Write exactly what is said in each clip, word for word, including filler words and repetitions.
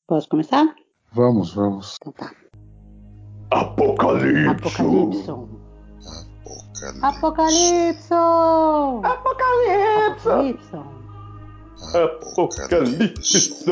Posso começar? Vamos, vamos. Então tá. Apocalipse. Apocalipse. Apocalipse. Apocalipse. Apocalipse.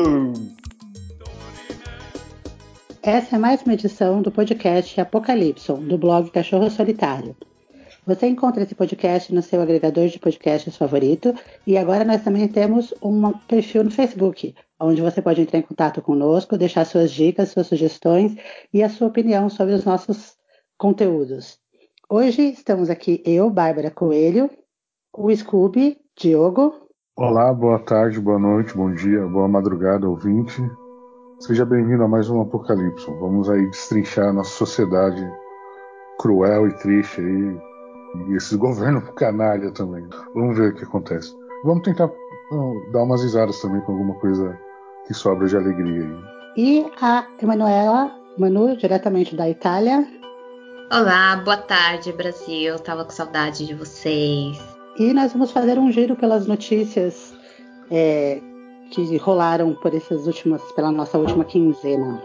Essa é mais uma edição do podcast Apocalipse, do blog Cachorro Solitário. Você encontra esse podcast no seu agregador de podcasts favorito e agora nós também temos um perfil no Facebook, onde você pode entrar em contato conosco, deixar suas dicas, suas sugestões e a sua opinião sobre os nossos conteúdos. Hoje estamos aqui eu, Bárbara Coelho, o Scooby, Diogo. Olá, boa tarde, boa noite, bom dia, boa madrugada, ouvinte. Seja bem-vindo a mais um Apocalipse. Vamos aí destrinchar a nossa sociedade cruel e triste aí. E esses governos canalha também. Vamos ver o que acontece. Vamos tentar não, dar umas risadas também com alguma coisa que sobra de alegria aí. E a Emanuela, Manu, diretamente da Itália. Olá, boa tarde, Brasil. Tava com saudade de vocês. E nós vamos fazer um giro pelas notícias é, que rolaram por essas últimas, pela nossa última quinzena.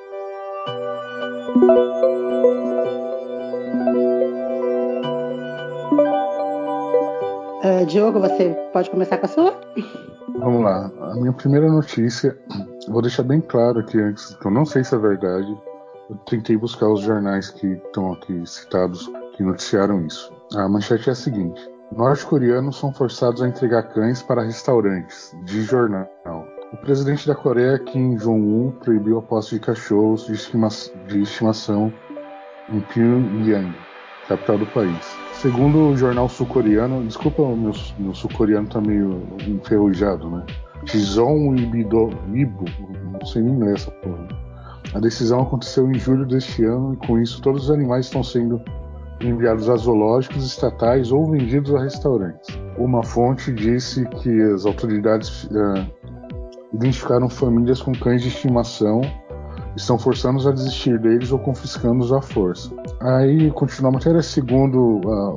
Uh, Diogo, você pode começar com a sua? Vamos lá. A minha primeira notícia, vou deixar bem claro aqui antes, que eu não sei se é verdade. Eu tentei buscar os jornais que estão aqui citados, que noticiaram isso. A manchete é a seguinte: norte-coreanos são forçados a entregar cães para restaurantes, diz jornal. O presidente da Coreia, Kim Jong-un, proibiu a posse de cachorros de, estima- de estimação em Pyongyang, capital do país. Segundo o jornal sul-coreano, desculpa, o meu, meu sul-coreano tá meio enferrujado, né? Tizon Ibido, Ibo, não sei nem ler essa porra. A decisão aconteceu em julho deste ano e com isso todos os animais estão sendo enviados a zoológicos estatais ou vendidos a restaurantes. Uma fonte disse que as autoridades uh, identificaram famílias com cães de estimação, estão forçando-os a desistir deles ou confiscando-os à força. Aí continua a matéria, segundo uh,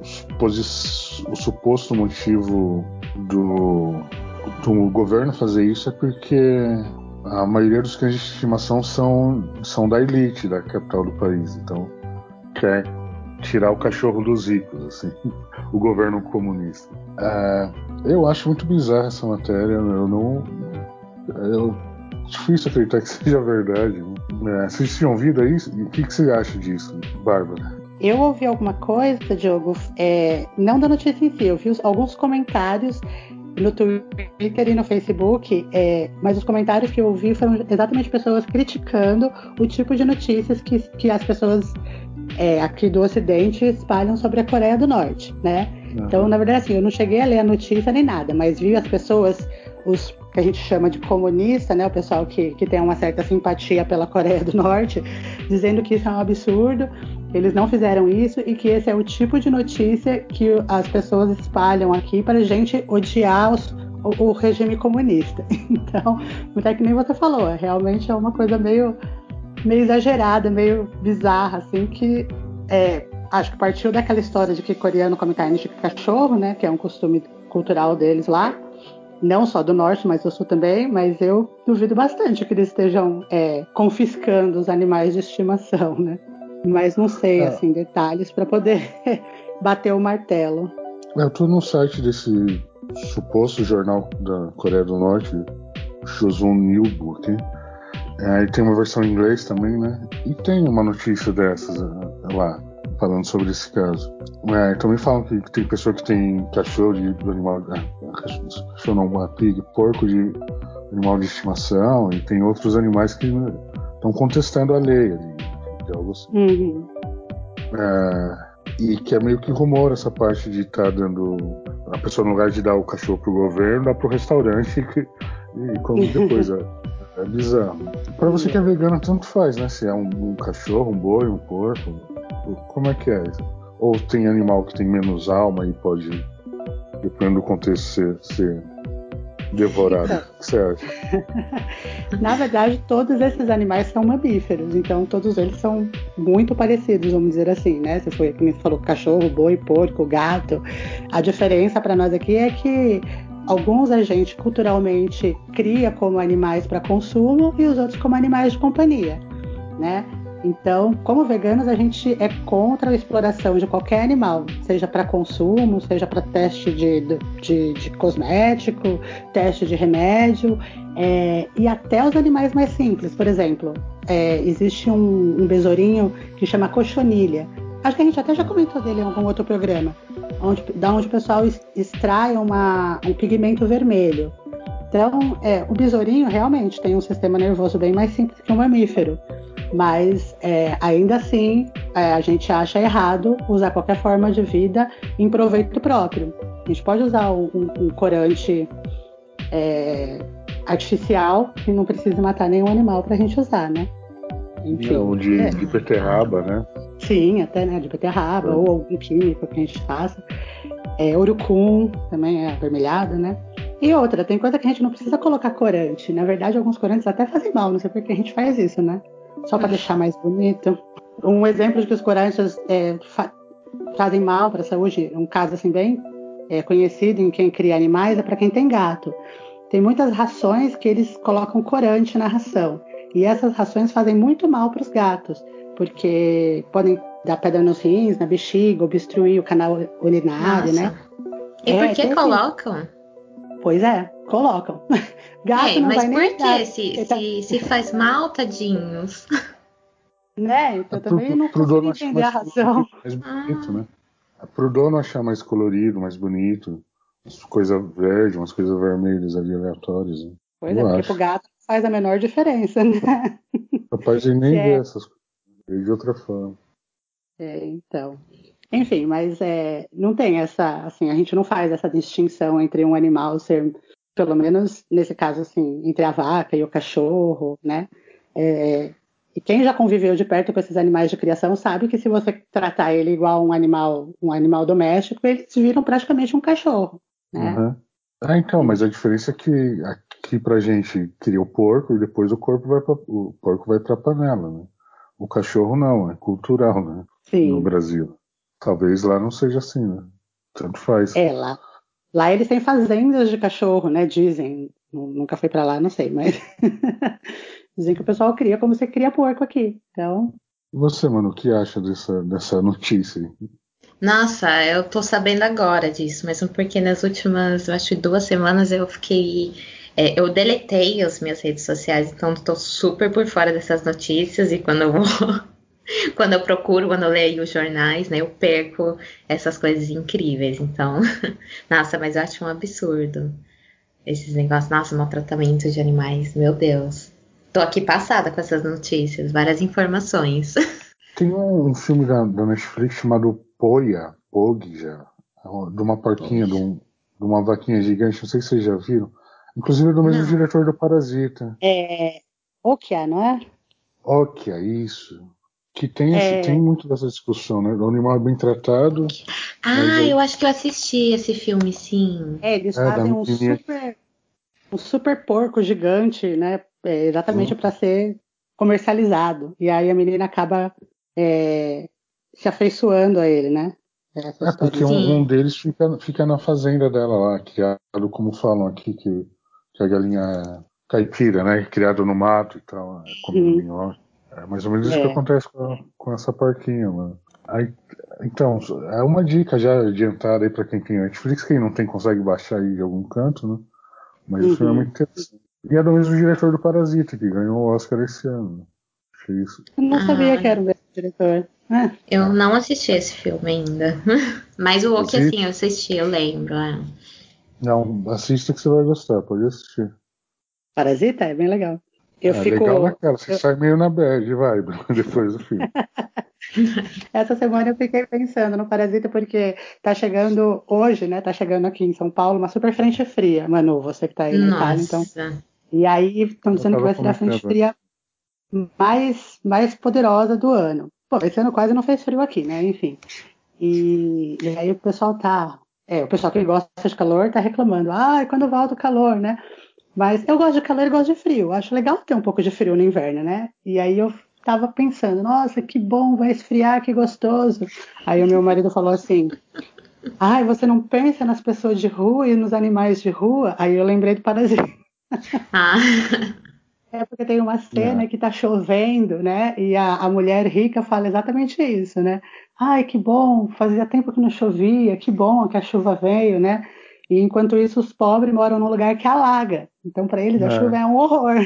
o suposto motivo do, do governo fazer isso é porque a maioria dos cães de estimação são, são da elite da capital do país, então quer tirar o cachorro dos ricos, assim, o governo comunista. Uh, eu acho muito bizarra essa matéria, eu não... Eu, difícil acreditar que seja verdade. É, vocês tinham ouvido isso? O que, que você acha disso, Bárbara? Eu ouvi alguma coisa, Diogo, é, não da notícia em si, eu vi os, alguns comentários no Twitter e no Facebook, é, mas os comentários que eu ouvi foram exatamente pessoas criticando o tipo de notícias que, que as pessoas é, aqui do Ocidente espalham sobre a Coreia do Norte, né? Uhum. Então, na verdade, assim, eu não cheguei a ler a notícia nem nada, mas vi as pessoas, os que a gente chama de comunista, né, o pessoal que, que tem uma certa simpatia pela Coreia do Norte, dizendo que isso é um absurdo, que eles não fizeram isso e que esse é o tipo de notícia que as pessoas espalham aqui para a gente odiar os, o, o regime comunista. Então, até que nem você falou, é, realmente é uma coisa meio, meio exagerada, meio bizarra, assim, que é, acho que partiu daquela história de que coreano come carne de cachorro, né, que é um costume cultural deles lá, não só do norte, mas do sul também, mas eu duvido bastante que eles estejam é, confiscando os animais de estimação, né? Mas não sei, é. assim, detalhes para poder bater o martelo. Eu tô no site desse suposto jornal da Coreia do Norte, Chosun Ilbo, aqui. É, e tem uma versão em inglês também, né? E tem uma notícia dessas lá, falando sobre esse caso. É, também falam que, que tem pessoa que tem cachorro de, de animal, é, cachorro, cachorro não, uma pig, porco de animal de estimação, e tem outros animais que estão contestando a lei, de, de algo assim. Uhum. É, e que é meio que rumor essa parte de estar tá dando, a pessoa no lugar de dar o cachorro pro governo, dá pro restaurante e, e come depois. é, é bizarro. Pra você que é vegano, tanto faz, né? Se é um, um cachorro, um boi, um porco. Como é que é? Ou tem animal que tem menos alma e pode, dependendo do contexto, ser, ser devorado? Então, o que você acha? Na verdade, todos esses animais são mamíferos, então todos eles são muito parecidos, vamos dizer assim, né? Se foi, como você falou, cachorro, boi, porco, gato. A diferença para nós aqui é que alguns a gente culturalmente cria como animais para consumo e os outros como animais de companhia, né? Então, como veganos, a gente é contra a exploração de qualquer animal, seja para consumo, seja para teste de, de, de cosmético, teste de remédio, é, e até os animais mais simples. Por exemplo, é, existe um, um besourinho que chama cochonilha. Acho que a gente até já comentou dele em algum outro programa, onde, da onde o pessoal extrai uma, um pigmento vermelho. Então, é, o besourinho realmente tem um sistema nervoso bem mais simples que um mamífero. Mas é, ainda assim é, a gente acha errado usar qualquer forma de vida em proveito próprio. A gente pode usar um, um corante é, artificial que não precisa matar nenhum animal para a gente usar, né? Enfim, ou de, é. de beterraba, né? Sim, até né, de beterraba, é. ou algum químico que a gente faça. É, urucum também é avermelhado, né? E outra, tem coisa que a gente não precisa colocar corante. Na verdade, alguns corantes até fazem mal, não sei por que a gente faz isso, né? Só para deixar mais bonito. Um exemplo de que os corantes é, fa- fazem mal para a saúde, um caso assim bem é, conhecido em quem cria animais, é para quem tem gato. Tem muitas rações que eles colocam corante na ração. E essas rações fazem muito mal para os gatos, porque podem dar pedra nos rins, na bexiga, obstruir o canal urinário, Nossa. né? E é, por que colocam? Assim, pois é, colocam. Gato é, não mas vai por nem que se, tá... se, se faz mal, tadinhos? Né? Então é também pro, não pro consigo dono entender a achar mais razão. colorido, mais bonito, né? É pro dono achar mais colorido, mais bonito, umas coisas verdes, umas coisas vermelhas ali aleatórias. Né? Pois Eu é, porque acho. pro gato faz a menor diferença, né? Capaz de nem Se ver é... essas coisas de outra forma. É, então. Enfim, mas é, não tem essa, assim, a gente não faz essa distinção entre um animal ser, pelo menos nesse caso, assim, entre a vaca e o cachorro, né? É, e quem já conviveu de perto com esses animais de criação sabe que se você tratar ele igual um animal, um animal doméstico, eles viram praticamente um cachorro, né? Uhum. Ah, então, mas a diferença é que aqui pra gente cria o porco e depois o corpo vai pra, o porco vai pra panela, né? O cachorro não, é cultural, né? Sim. No Brasil. Talvez lá não seja assim, né? Tanto faz. É, lá, lá eles têm fazendas de cachorro, né? Dizem. Nunca fui pra lá, não sei, mas dizem que o pessoal cria como você cria porco aqui. Então. E você, mano, o que acha dessa, dessa notícia aí? Nossa, eu tô sabendo agora disso, mesmo porque nas últimas, eu acho que duas semanas eu fiquei. É, eu deletei as minhas redes sociais, então tô super por fora dessas notícias e quando eu vou. Quando eu procuro, quando eu leio os jornais, né, eu perco essas coisas incríveis. Então, nossa, mas eu acho um absurdo esses negócios, nossa, maltratamento de animais, meu Deus. Tô aqui passada com essas notícias, várias informações. Tem um, um filme da, da Netflix chamado Poia, Pogja, de uma porquinha, de, um, de uma vaquinha gigante, não sei se vocês já viram. Inclusive é do mesmo Não. diretor do Parasita. É. Okia, não é? Okia, isso. Que tem, esse, É, tem muito dessa discussão, né? O animal é bem tratado, mas Ah, aí eu acho que eu assisti esse filme, sim. é, eles é da fazem um menininha. super, um super porco gigante, né? É, exatamente Hum, para ser comercializado. E aí a menina acaba é, se afeiçoando a ele, né? Essa É porque historinha. um, um Sim. deles fica, fica na fazenda dela lá, criado, como falam aqui, que, que a galinha é caipira, né? Criado no mato e tal, é, comendo Uhum. minhoca. É mais ou menos isso que É. acontece com, a- com essa porquinha, mano. Aí, então, é uma dica já adiantada aí pra quem tem Netflix, quem não tem consegue baixar aí de algum canto, né? Mas o filme é Uhum. muito interessante. E é do mesmo diretor do Parasita, que ganhou o Oscar esse ano. Achei isso. Eu não sabia Ah, que era o mesmo diretor. Ah, eu É. não assisti esse filme ainda. Mas o que Parasita? assim, eu assisti, eu lembro. É. Não, assista que você vai gostar, pode assistir. Parasita é bem legal. Eu É legal fico. naquela, você eu- sai meio na bad vibe depois do filme. Essa semana eu fiquei pensando no Parasita porque tá chegando hoje, né? Tá chegando aqui em São Paulo uma super frente fria. Manu, você que tá aí na Itália, então. Nossa. E aí estão Eu dizendo que tava vai ser a frente comentando. fria mais, mais poderosa do ano. Pô, esse ano quase não fez frio aqui, né? Enfim. E, e aí o pessoal tá. É, o pessoal que gosta de calor tá reclamando. Ai, quando volta o calor, né? Mas eu gosto de calor e gosto de frio. Acho legal ter um pouco de frio no inverno, né? E aí eu tava pensando, nossa, que bom, vai esfriar, que gostoso. Aí o meu marido falou assim: Ai, você não pensa nas pessoas de rua e nos animais de rua? Aí eu lembrei do Parasita. Ah, É porque tem uma É, cena que tá chovendo, né? E a, a mulher rica fala exatamente isso, né? Ai, que bom, fazia tempo que não chovia, que bom que a chuva veio, né? E enquanto isso, os pobres moram num lugar que alaga. Então, para eles, a chuva é, é um horror.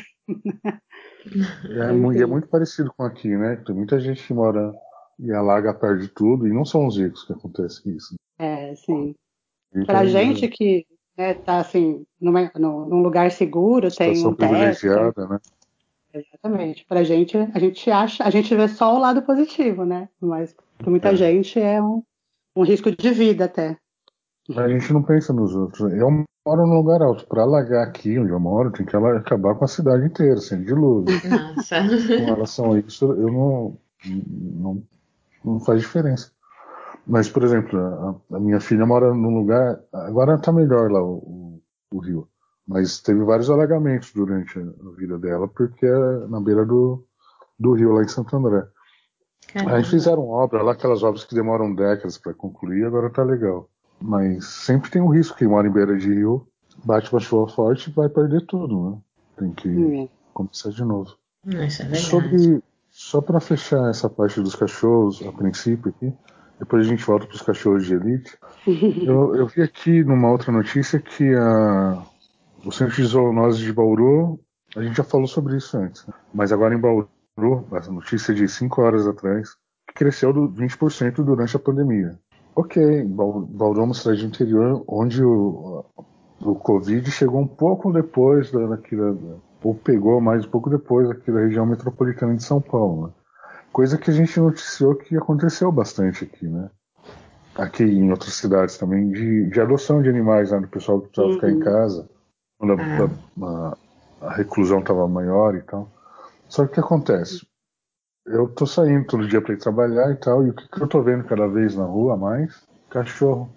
é, mu- e é Enfim, muito parecido com aqui, né? Tem muita gente que mora e alaga perto de tudo, e não são os ricos que acontece isso. é, assim, Rico para ainda gente que né, tá assim, numa, num, num lugar seguro, tem situação um teto, tem. privilegiada, né? Exatamente. Pra gente, a gente acha, a gente vê só o lado positivo, né? Mas para muita É. gente é um, um risco de vida até. Mas a gente não pensa nos outros. Eu moro num lugar alto. Para alagar aqui onde eu moro, tem que ala- acabar com a cidade inteira, sem dilúvio. nossa. Com relação a isso, eu não, não, não faz diferença. Mas, por exemplo, a, a minha filha mora num lugar. Agora tá melhor lá o, o, o rio. Mas teve vários alagamentos durante a, a vida dela, porque é na beira do, do rio, lá em Santo André. Aí Caramba. fizeram obra lá, aquelas obras que demoram décadas para concluir, agora tá legal. Mas sempre tem o risco que mora em beira de rio, bate uma chuva forte e vai perder tudo, né? Tem que Hum, começar de novo. Isso é verdade. Sobre, só para fechar essa parte dos cachorros, a princípio aqui, depois a gente volta para os cachorros de elite. Eu, eu vi aqui numa outra notícia que a, o Centro de Zoonose de Bauru, a gente já falou sobre isso antes, né? Mas agora em Bauru, a notícia de cinco horas atrás, que cresceu do vinte por cento durante a pandemia. Ok, Bauru Bauru é uma cidade do interior onde o, o Covid chegou um pouco depois da, daquela, ou pegou mais um pouco depois aqui da região metropolitana de São Paulo, né? Coisa que a gente noticiou que aconteceu bastante aqui, né? Aqui em outras cidades também, de, de adoção de animais, né? Do pessoal que precisava ficar em uhum. casa, quando Ah, a, a, a reclusão estava maior e tal. Só que o que acontece? Eu tô saindo todo dia para ir trabalhar e tal, e o que, que eu tô vendo cada vez na rua mais? Cachorro.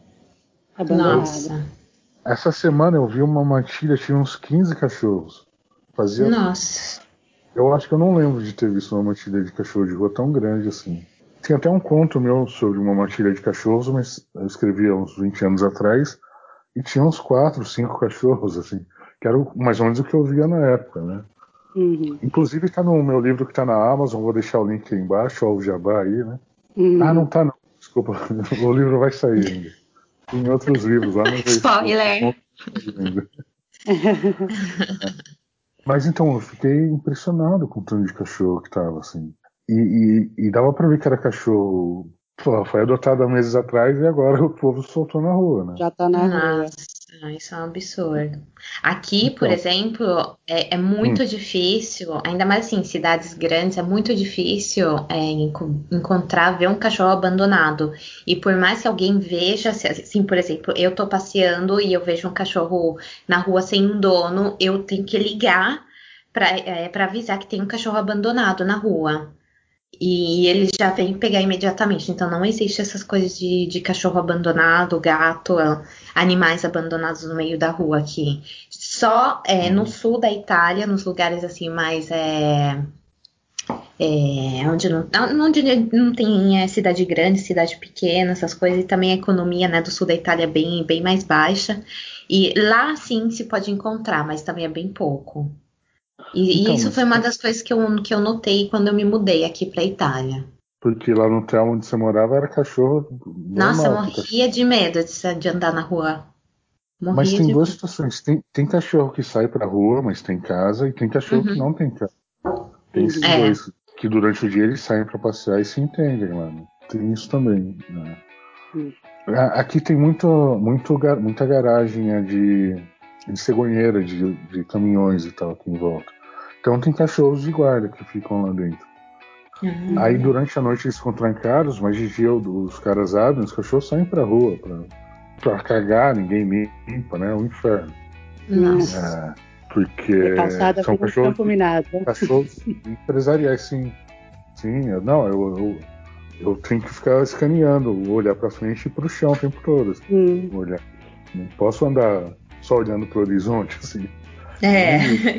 Eu, Abandonado. nossa. essa semana eu vi uma matilha, tinha uns quinze cachorros. Fazia. Nossa. Eu acho que eu não lembro de ter visto uma matilha de cachorro de rua tão grande assim. Tem até um conto meu sobre uma matilha de cachorros, mas eu escrevi há uns vinte anos atrás, e tinha uns quatro, cinco cachorros, assim, que era mais ou menos o que eu via na época, né? Uhum, Inclusive está no meu livro que está na Amazon, vou deixar o link aí embaixo, ou o Jabá aí, né? Ah, não uhum. tá não, desculpa, o livro vai sair ainda. Tem outros livros lá, mas eu, eu Spoiler. não li ainda. Mas então, eu fiquei impressionado com o tanto de cachorro que tava, assim. E, e, e dava pra ver que era cachorro. Pô, foi adotado há meses atrás e agora o povo soltou na rua, né? Já tá na rua. Nossa, isso é um absurdo. Aqui, por Então, exemplo, é, é hum, muito difícil, ainda mais assim, em cidades grandes, é muito difícil é, enco- encontrar, ver um cachorro abandonado. E por mais que alguém veja, se- assim, por exemplo, eu tô passeando e eu vejo um cachorro na rua sem um dono, eu tenho que ligar para é, para avisar que tem um cachorro abandonado na rua. E eles já vêm pegar imediatamente. Então não existe essas coisas de, de cachorro abandonado, gato, ah, animais abandonados no meio da rua aqui. Só é, no hum, sul da Itália, nos lugares assim mais é, é, onde, não, onde não tem é, cidade grande, cidade pequena, essas coisas, e também a economia né, do sul da Itália é bem, bem mais baixa. E lá sim se pode encontrar, mas também é bem pouco. E, e então, isso foi mas uma das coisas que eu, que eu notei quando eu me mudei aqui para a Itália. porque lá no hotel onde você morava era cachorro Nossa, eu normal, que cachorro. morria de medo de, de andar na rua. Mas Morria tem de duas medo. situações. Tem, tem cachorro que sai pra rua, mas tem casa, e tem cachorro que Uhum. não tem casa. Tem esses Uhum. É. dois, que durante o dia eles saem pra passear e se entendem, mano. Tem isso também, né? Uhum. A- Aqui tem muito, muito, ga- muita garagem né, de, de cegonheira, de, de caminhões e tal aqui em volta. Então tem cachorros de guarda que ficam lá dentro. Aí Uhum. Uhum. durante a noite eles ficam trancados, mas de dia os caras abrem, os cachorros saem pra rua pra, pra cagar, ninguém limpa, né? É um inferno. Nossa. Nossa. É, E a porque calçada são vira um cachorros, campo minado. cachorros empresariais, sim. Sim, eu, não, eu, eu, eu tenho que ficar escaneando, olhar pra frente e pro chão o tempo todo. Assim, Hum. olhar. Não posso andar só olhando pro horizonte, assim. É, Nem isso.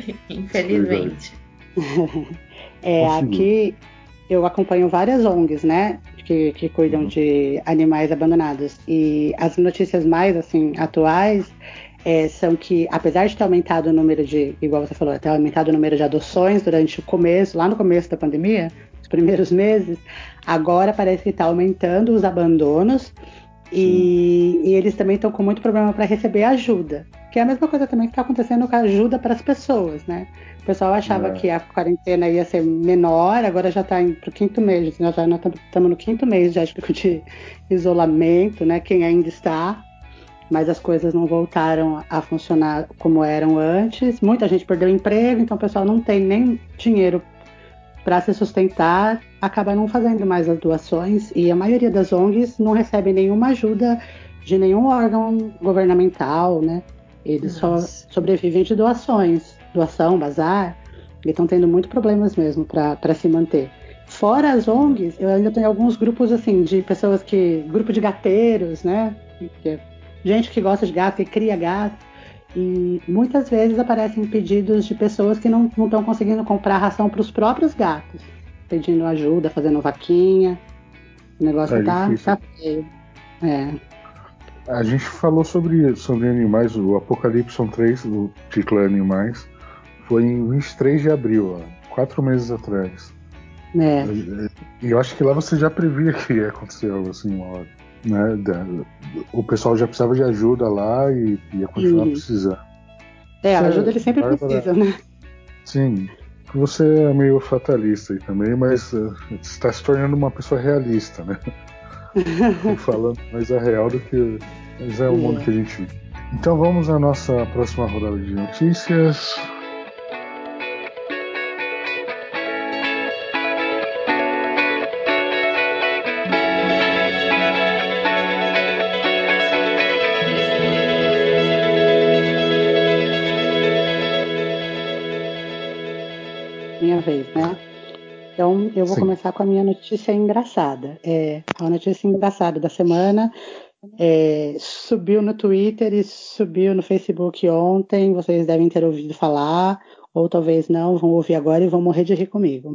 Verdade. infelizmente. É, Consigo. aqui eu acompanho várias O N Gs, né? que, que cuidam uhum. de animais abandonados. E as notícias mais assim atuais é, são que, apesar de ter aumentado o número de, igual você falou, ter aumentado o número de adoções durante o começo, lá no começo da pandemia, os primeiros meses, agora parece que está aumentando os abandonos e, e eles também estão com muito problema para receber ajuda, que é a mesma coisa também que está acontecendo com a ajuda para as pessoas, né? O pessoal achava é. que a quarentena ia ser menor, agora já está para o quinto mês, nós já estamos no quinto mês já de isolamento, né? Quem ainda está, mas as coisas não voltaram a funcionar como eram antes. Muita gente perdeu o emprego, então o pessoal não tem nem dinheiro para se sustentar, acaba não fazendo mais as doações e a maioria das O N Gs não recebe nenhuma ajuda de nenhum órgão governamental, né? Eles Nossa. só sobrevivem de doações, doação, bazar, e estão tendo muitos problemas mesmo para se manter. Fora as O N Gs, eu ainda tenho alguns grupos assim de pessoas que, grupo de gateiros, né? Gente que gosta de gato e cria gato. E muitas vezes aparecem pedidos de pessoas que não estão conseguindo comprar ração para os próprios gatos, pedindo ajuda, fazendo vaquinha. O negócio é tá, tá feio. É. A gente falou sobre, sobre animais, o Apocalipse três, o título é Animais, foi em vinte e três de abril, ó, quatro meses atrás. É. E eu acho que lá você já previa que ia acontecer algo assim uma hora. Né? O pessoal já precisava de ajuda lá e ia continuar uhum. precisando. É, a ajuda eles sempre Bárbara, precisam, né? Sim, você é meio fatalista aí também, mas uh, você está se tornando uma pessoa realista, né? Falando mais a real do que mas é o mundo yeah. que a gente vive. Então vamos à nossa próxima rodada de notícias. Minha vez, né? Então eu vou Sim. começar com a minha notícia engraçada. É, a notícia engraçada da semana é, subiu no Twitter e subiu no Facebook ontem. Vocês devem ter ouvido falar, ou talvez não, vão ouvir agora e vão morrer de rir comigo.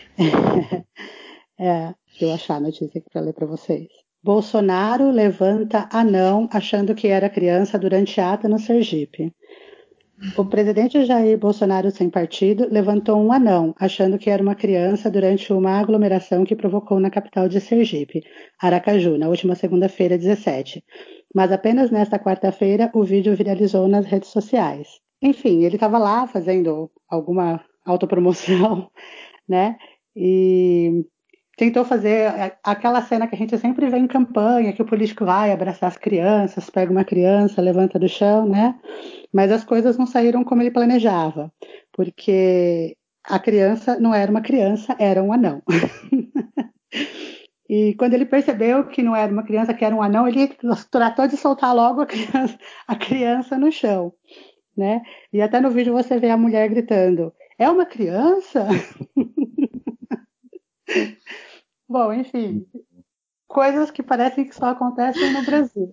É, eu achar a notícia aqui para ler para vocês. Bolsonaro levanta anão achando que era criança durante ata no Sergipe. O presidente Jair Bolsonaro, sem partido, levantou um anão, achando que era uma criança durante uma aglomeração que provocou na capital de Sergipe, Aracaju, na última segunda-feira, dezessete. Mas apenas nesta quarta-feira o vídeo viralizou nas redes sociais. Enfim, ele estava lá fazendo alguma autopromoção, né? E tentou fazer aquela cena que a gente sempre vê em campanha, que o político vai abraçar as crianças, pega uma criança, levanta do chão, né? Mas as coisas não saíram como ele planejava, porque a criança não era uma criança, era um anão. E quando ele percebeu que não era uma criança, que era um anão, ele tratou de soltar logo a criança, a criança no chão, né? E até no vídeo você vê a mulher gritando, é uma criança? Bom, enfim, coisas que parecem que só acontecem no Brasil.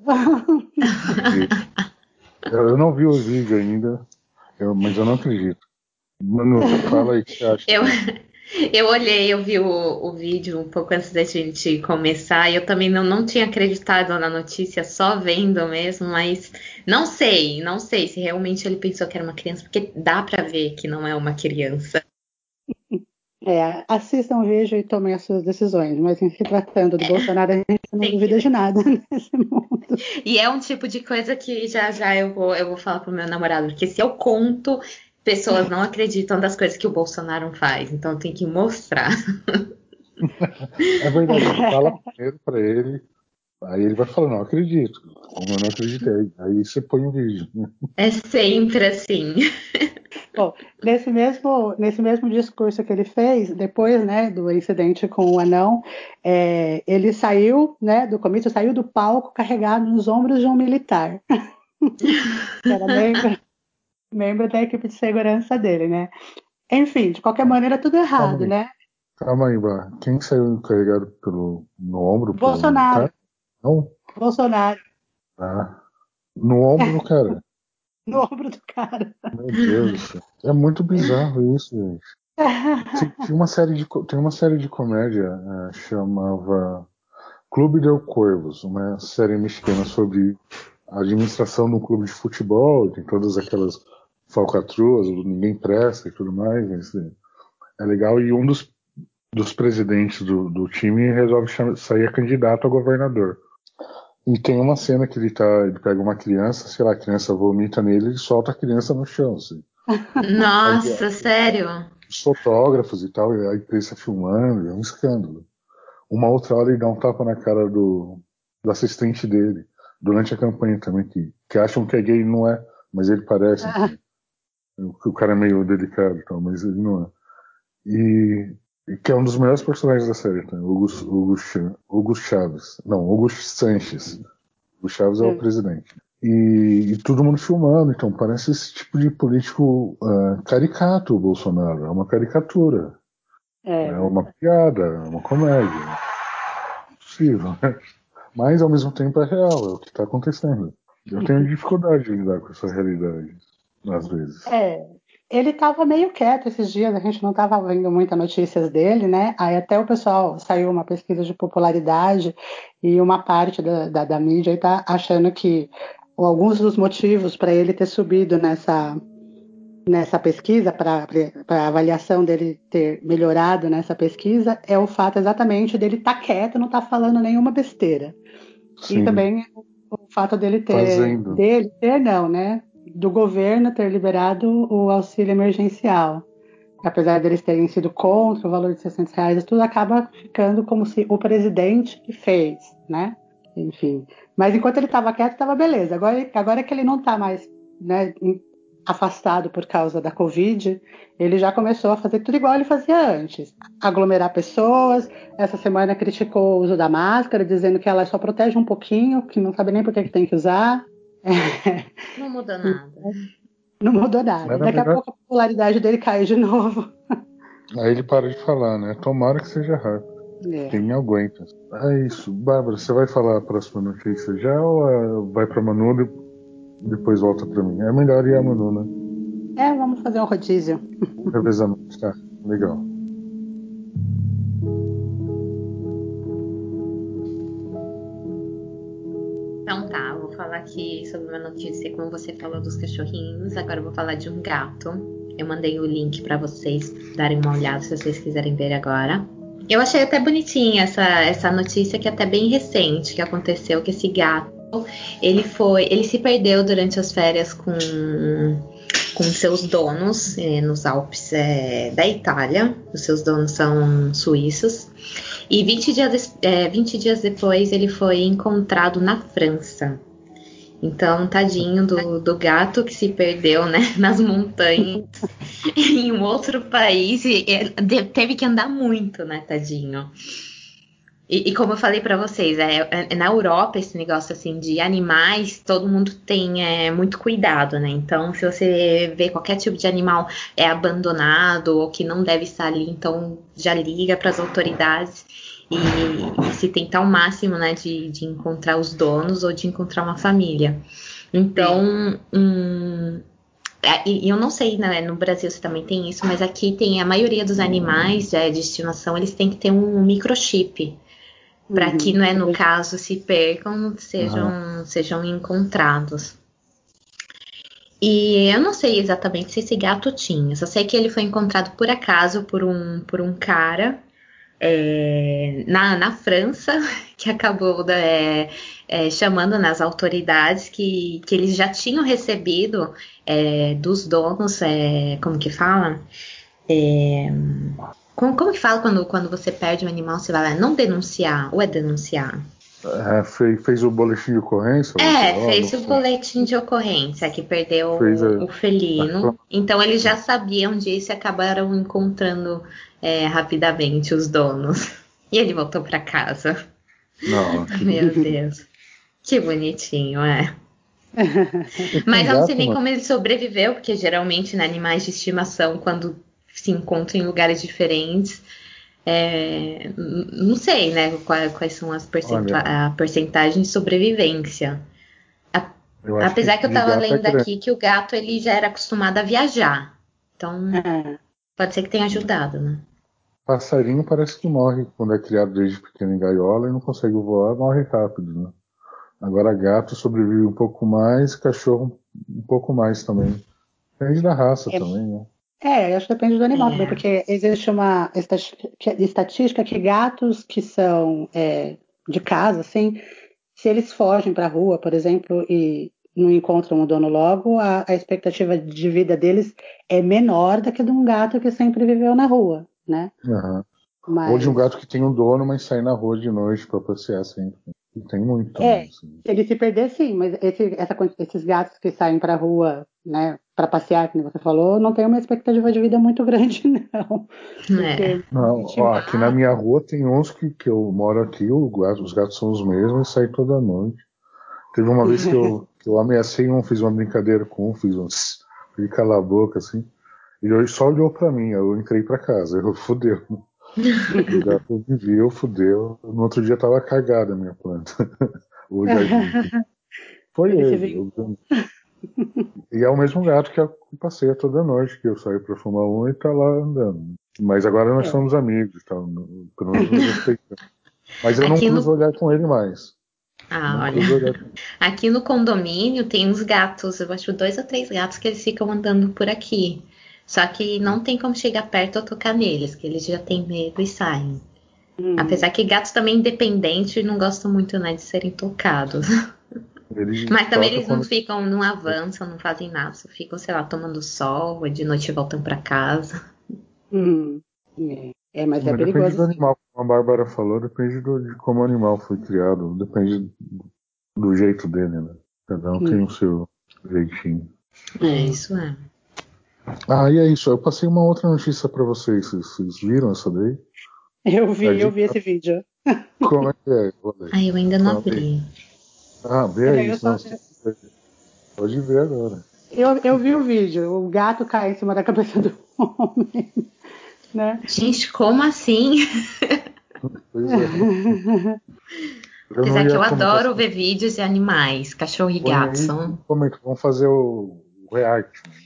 Eu não vi o vídeo ainda, eu, mas eu não acredito. Manu, fala aí o que você acha. Eu, eu olhei, eu vi o, o vídeo um pouco antes da gente começar, e eu também não, não tinha acreditado na notícia, só vendo mesmo, mas não sei, não sei se realmente ele pensou que era uma criança, porque dá pra ver que não é uma criança. É, assistam o vídeo e tomem as suas decisões, mas em se tratando do Bolsonaro, a gente não duvida de nada nesse mundo. E é um tipo de coisa que já já eu vou, eu vou falar pro meu namorado, porque se eu conto, pessoas não acreditam das coisas que o Bolsonaro faz, então eu tenho que mostrar. É verdade, fala primeiro pra ele, aí ele vai falar, não acredito, como eu não acreditei, aí você põe o vídeo. É sempre assim. Bom, nesse mesmo, nesse mesmo discurso que ele fez, depois, né, do incidente com o anão, é, ele saiu, né, do comício, saiu do palco carregado nos ombros de um militar. Era membro, membro da equipe de segurança dele, né? Enfim, de qualquer maneira, tudo errado, Calma né? Calma aí, Bá. Quem saiu carregado pelo, no ombro? Bolsonaro. Pelo não? Bolsonaro. Ah, no ombro do cara. No ombro do cara. Meu Deus do céu. É muito bizarro isso, gente. Tinha uma série de, tem uma série de comédia, uh, chamava Clube del Cuervos, uma série mexicana sobre a administração de um clube de futebol, tem todas aquelas falcatruas, ninguém presta e tudo mais. Assim, é legal. E um dos, dos presidentes do, do time resolve cham- sair candidato a governador. E tem uma cena que ele, tá, ele pega uma criança, sei lá, a criança vomita nele e solta a criança no chão. Assim. Nossa, Aí, sério? os fotógrafos e tal, e a imprensa filmando, é um escândalo. Uma outra hora ele dá um tapa na cara do, do assistente dele, durante a campanha também, que, que acham que é gay e não é, mas ele parece, que, que o cara é meio delicado e tal, mas ele não é. E, e que é um dos melhores personagens da série, tá? Hugo, Hugo, Hugo Chaves. Não, Hugo Sanches. O Chaves é o presidente. E, e todo mundo filmando, então parece esse tipo de político uh, caricato, o Bolsonaro. É uma caricatura. É, é uma piada, é uma comédia. É possível, né? Mas ao mesmo tempo é real, é o que está acontecendo. Eu tenho dificuldade de lidar com essa realidade, às vezes. É, ele estava meio quieto esses dias, a gente não estava vendo muitas notícias dele, né? Aí até o pessoal saiu uma pesquisa de popularidade e uma parte da, da, da mídia está achando que alguns dos motivos para ele ter subido nessa, nessa pesquisa, para a avaliação dele ter melhorado nessa pesquisa, é o fato exatamente dele estar tá quieto, não estar tá falando nenhuma besteira. Sim. E também o fato dele ter, Fazendo. dele ter não, né? Do governo ter liberado o auxílio emergencial. Apesar deles terem sido contra o valor de seiscentos reais, tudo acaba ficando como se o presidente que fez, né? Enfim. Mas enquanto ele estava quieto, estava beleza. Agora, agora que ele não está mais, né, afastado por causa da Covid, ele já começou a fazer tudo igual ele fazia antes. Aglomerar pessoas. Essa semana criticou o uso da máscara, dizendo que ela só protege um pouquinho, que não sabe nem por que, que tem que usar. Não mudou nada. Não mudou nada. Era Daqui a melhor... pouco a popularidade dele cai de novo. Aí ele para de falar, né? Tomara que seja rápido. É. Quem aguenta. É isso. Bárbara, você vai falar a próxima notícia já ou é, vai pra Manu e depois volta pra mim? É melhor ir a Manu, né? É, vamos fazer um rodízio. Um revezamento. Tá, legal. Então tá, eu vou falar aqui sobre uma notícia, como você falou dos cachorrinhos, agora eu vou falar de um gato. Eu mandei o link pra vocês darem uma olhada se vocês quiserem ver agora. Eu achei até bonitinha essa, essa notícia, que é até bem recente, que aconteceu, que esse gato, ele foi, ele se perdeu durante as férias com, com seus donos é, nos Alpes é, da Itália. Os seus donos são suíços. E vinte dias, é, vinte dias depois ele foi encontrado na França. Então, tadinho do, do gato que se perdeu, né, nas montanhas em um outro país e, e teve que andar muito, né, tadinho. E, e como eu falei pra vocês, é, é, na Europa esse negócio assim de animais, todo mundo tem é, muito cuidado, né? Então, se você vê qualquer tipo de animal é abandonado ou que não deve estar ali, então já liga para as autoridades e, e se tenta ao máximo, né, de, de encontrar os donos ou de encontrar uma família. Então, hum, e eu não sei, né, no Brasil se também tem isso, mas aqui tem a maioria dos animais é, de estimação, eles têm que ter um microchip para que, não é, no caso, se percam, sejam, uhum. sejam encontrados. E eu não sei exatamente se esse gato tinha, só sei que ele foi encontrado por acaso por um, por um cara é, na, na França, que acabou é, é, chamando nas autoridades que, que eles já tinham recebido é, dos donos, é, como que fala? É, como, como que fala quando, quando você perde um animal, você vai lá, não denunciar, ou é denunciar? É, fez, fez o boletim de ocorrência? É, você, fez oh, o boletim de ocorrência, que perdeu fez a, o felino. Então eles já sabiam disso e acabaram encontrando é, rapidamente os donos. E ele voltou para casa. Não, que... Meu Deus. Que bonitinho, é. Mas eu não sei nem como ele sobreviveu, porque geralmente, né, animais de estimação, quando se encontram em lugares diferentes, é, não sei, né, quais, quais são as percenta- Olha, a porcentagem de sobrevivência. A, apesar que, que eu tava lendo é aqui que o gato ele já era acostumado a viajar. Então, é. Pode ser que tenha ajudado, né? passarinho parece que morre quando é criado desde pequeno em gaiola e não consegue voar, morre rápido, né? Agora gato sobrevive um pouco mais, cachorro um pouco mais também. Depende da raça É, também, né? é, eu acho que depende do animal também, É. porque existe uma estati- que- estatística que gatos que são é, de casa, assim, se eles fogem para a rua, por exemplo, e não encontram o dono logo, a, a expectativa de vida deles é menor do que de um gato que sempre viveu na rua, né? Uhum. Ou de um Mas gato que tem um dono, mas sai na rua de noite para passear sempre. E tem muito também, é, assim. se ele se perder, sim, mas esse, essa, quanti- esses gatos que saem para a rua, né, para passear, como você falou, não tem uma expectativa de vida muito grande, não. É. Porque Não, existe ó, aqui na minha mato. rua tem uns que, que eu moro aqui, o gato- os gatos são os mesmos e saem toda noite. Teve uma vez que eu, que eu ameacei um, fiz uma brincadeira com um, fiz um tss, falei, cala a boca, assim. E ele só olhou pra mim, aí eu entrei pra casa, eu fudeu. O gato me viu, fudeu. No outro dia tava cagada a minha planta. O jardim. Foi Ele se ele. vingou. Eu- E é o mesmo gato que eu passeia toda noite, que eu saio pra fumar um e tá lá andando. Mas agora nós É. somos amigos, tá? Pelo menos eu respeito. Mas eu não Aqui cruzo no. olhar com ele mais. Ah, Não olha. cruzo olhar com ele. Aqui no condomínio tem uns gatos, eu acho dois ou três gatos que eles ficam andando por aqui. Só que não tem como chegar perto ou tocar neles, que eles já têm medo e saem. Hum. Apesar que gatos também independentes não gostam muito, né, de serem tocados. Ele Mas também toca eles não quando. ficam, não avançam, não fazem nada, só ficam, sei lá, tomando sol, e de noite voltam pra casa. Hum. É. É, mas é Mas depende perigoso, do sim. animal, como a Bárbara falou, depende do- de como o animal foi criado, depende do jeito dele, né? Cada um tem Hum. o seu jeitinho. É, isso é. Ah, e é isso. Eu passei uma outra notícia pra vocês. Vocês, vocês viram essa daí? Eu A vi, eu de... vi esse vídeo. Como é que é? Vou ler. Ai, eu ainda não Fala aí. abri. Ah, vê Olha, aí. eu, Senão só, você pode ver agora. eu, eu vi o vídeo. O gato cai em cima da cabeça do homem, né? Gente, como assim? Pois é. Eu não Apesar que ia eu comentar adoro assim. ver vídeos de animais, cachorro e Põe gato. aí e São... comenta. Vamos fazer o, o react. Né?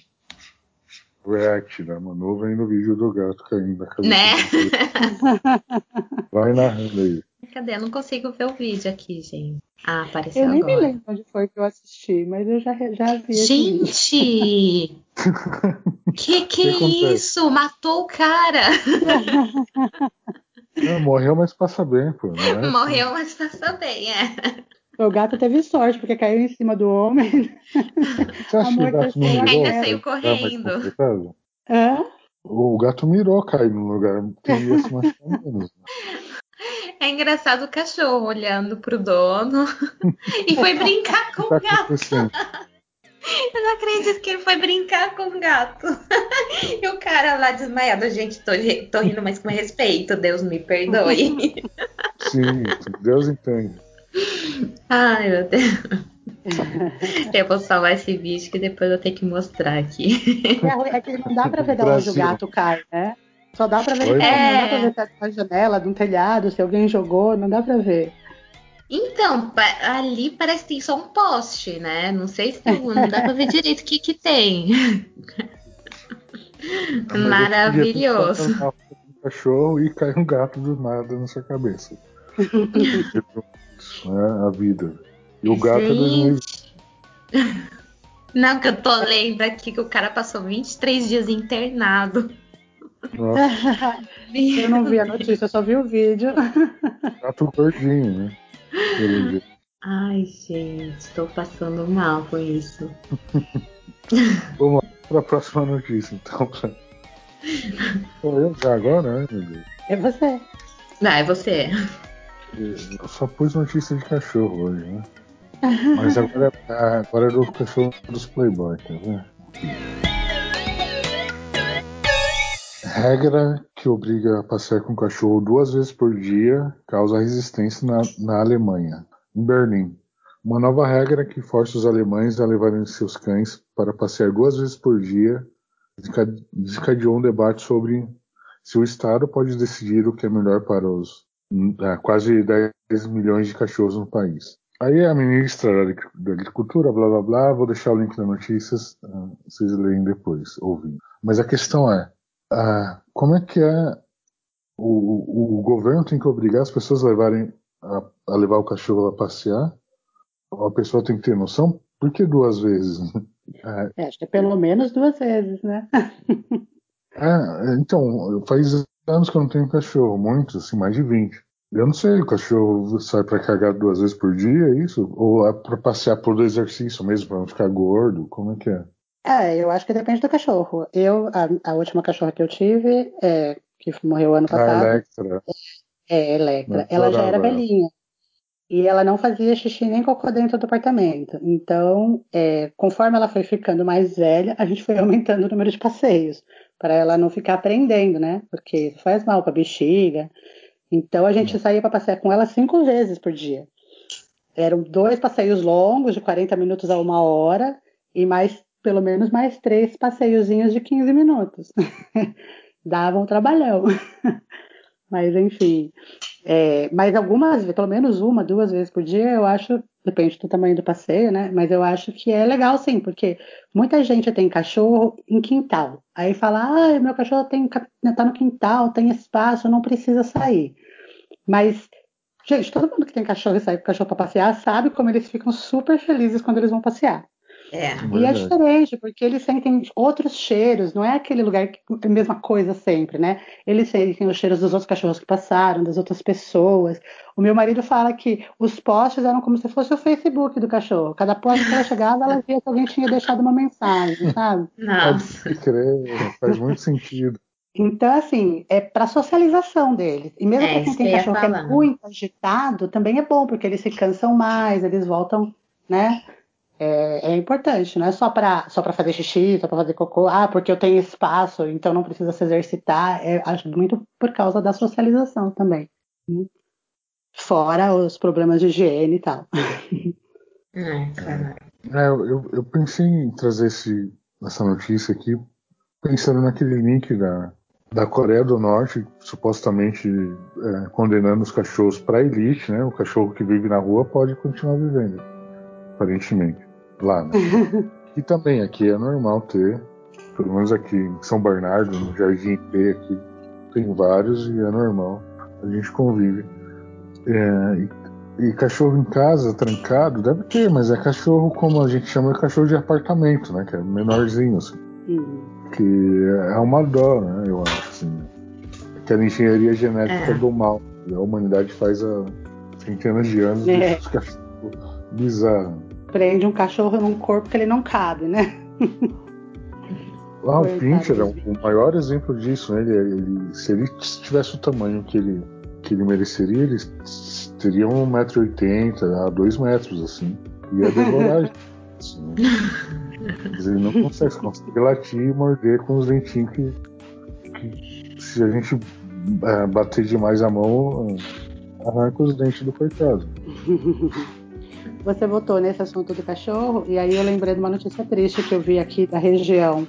O react da Manu vem no vídeo do gato caindo da cabeça Né? do Vai narrando aí. Cadê? Eu não consigo ver o vídeo aqui, gente. Ah, Eu apareceu nem me agora. lembro onde foi que eu assisti, mas eu já, já vi esse vídeo. Gente! Que que O que é acontece? isso? Matou o cara! Ah, morreu, mas passa bem, pô. Não é assim. Morreu, mas passa bem, é. O gato teve sorte, porque caiu em cima do homem, Você acha que o gato não amorteceu a mirou? Ainda queda. Caiu saiu no lugar mais correndo. confortável? Hã? O gato mirou cair no lugar que ia se machucar menos. É engraçado o cachorro olhando pro dono e foi brincar O que com tá o gato. acontecendo? Eu não acredito que ele foi brincar com o gato. E o cara lá desmaiado. Gente, tô, tô rindo, mas com respeito. Deus me perdoe. Sim, Deus entende. Ai, meu Deus. Eu vou salvar esse vídeo que depois eu tenho que mostrar aqui. É, ruim, é que não dá pra ver de onde o Brasil. gato cai, né? Só dá pra ver ele Oi? caindo, não dá pra ver É. se é de uma janela, de um telhado, se alguém jogou, não dá pra ver. Então, pa- ali parece que tem só um poste, né? Não sei se tem algum. Não dá pra ver direito o que que tem. Ah, mas outro dia você tá andando Maravilhoso. na rua com um cachorro e cai um gato do nada na sua cabeça. Isso, né? A vida. E o gato é dois mil e vinte. Gente. Não, que eu tô lendo aqui que o cara passou vinte e três dias internado. Nossa, Eu não vi a notícia, eu só vi o vídeo. gato gordinho, né? Pelo jeito. Ai, gente, tô passando mal com isso. Vamos lá para a próxima notícia, então. Sou eu já agora, né, meu Deus? É você. Vai, você. Eu só pus notícia de cachorro hoje, né? Mas agora, é- agora é do cachorro dos Playboy, tá vendo? Regra que obriga a passear com o cachorro duas vezes por dia causa resistência na, na Alemanha. Em Berlim, uma nova regra que força os alemães a levarem seus cães para passear duas vezes por dia desencadeou um debate sobre se o Estado pode decidir o que é melhor para os é, quase dez milhões de cachorros no país. Aí a ministra da Agricultura, blá blá blá, vou deixar o link nas notícias, uh, vocês leem depois, ouvem. Mas a questão é, uh, como é que é o, o governo tem que obrigar as pessoas a levarem a, a levar o cachorro a passear, ou a pessoa tem que ter noção? Por que duas vezes? É, É, acho que é pelo menos duas vezes, né? é, então, faz anos que eu não tenho cachorro, muitos, assim, mais de vinte. Eu não sei, o cachorro sai pra cagar duas vezes por dia, é isso? Ou é pra passear por exercício mesmo, pra não ficar gordo? Como é que é? É, eu acho que depende do cachorro. Eu, a, a última cachorra que eu tive, é, que morreu ano A passado, Electra, é eu Electra. Ela já era adorava ela. velhinha. E ela não fazia xixi nem cocô dentro do apartamento. Então, é, conforme ela foi ficando mais velha, a gente foi aumentando o número de passeios, para ela não ficar aprendendo, né? Porque isso faz mal para a bexiga. Então, a gente saía para passear com ela cinco vezes por dia. Eram dois passeios longos, de quarenta minutos a uma hora, e mais, pelo menos mais três passeiozinhos de quinze minutos. Dava um trabalhão. Mas, enfim. É, mas algumas, pelo menos uma, duas vezes por dia, eu acho, depende do tamanho do passeio, né? Mas eu acho que é legal sim, porque muita gente tem cachorro em quintal. Aí fala, ah, meu cachorro tem, tá no quintal, tem espaço, não precisa sair. Mas, gente, todo mundo que tem cachorro e sai com o cachorro para passear sabe como eles ficam super felizes quando eles vão passear. É. E é Verdade. diferente, porque eles sentem outros cheiros, não é aquele lugar que é a mesma coisa sempre, né? Eles sentem os cheiros dos outros cachorros que passaram, das outras pessoas. O meu marido fala que os posts eram como se fosse o Facebook do cachorro. Cada post que ela chegava, ela via que alguém tinha deixado uma mensagem, sabe? Pode Nossa. crer, faz muito sentido. Então, assim, é para socialização deles. E mesmo para É quem isso que tem eu ia cachorro que é falar. muito agitado, também é bom, porque eles se cansam mais, eles voltam, né? É, é importante, não é só para só para fazer xixi, só para fazer cocô, ah, porque eu tenho espaço, então não precisa se exercitar. É, acho muito por causa da socialização também. Né? Fora os problemas de higiene e tal. É, claro. É, eu, eu pensei em trazer esse, essa notícia aqui, pensando naquele link da, da Coreia do Norte, supostamente é, condenando os cachorros para elite, né? O cachorro que vive na rua pode continuar vivendo, aparentemente, lá, né? E também aqui é normal ter, pelo menos aqui em São Bernardo, no Jardim P aqui, tem vários e é normal, a gente convive. É, e, e cachorro em casa, trancado, deve ter, mas é cachorro como a gente chama de cachorro de apartamento, né? Que é menorzinho, assim. Hum. Que é uma dó, né? Eu acho, assim. Aquela engenharia genética É. do mal. E a humanidade faz há centenas de anos, deixa É, os cachorros bizarros. prende um cachorro num corpo que ele não cabe, né? Lá o Coitado Pinscher é dos o bichos. maior exemplo disso, né? Ele, ele, se ele tivesse o tamanho que ele, que ele mereceria, ele teria um metro e oitenta a dois metros, assim. Ia devorar isso, né? Mas ele não consegue, só consegue latir e morder com os dentinhos que, que se a gente é, bater demais a mão, arranca os dentes do coitado. Você voltou nesse assunto do cachorro, e aí eu lembrei de uma notícia triste que eu vi aqui da região.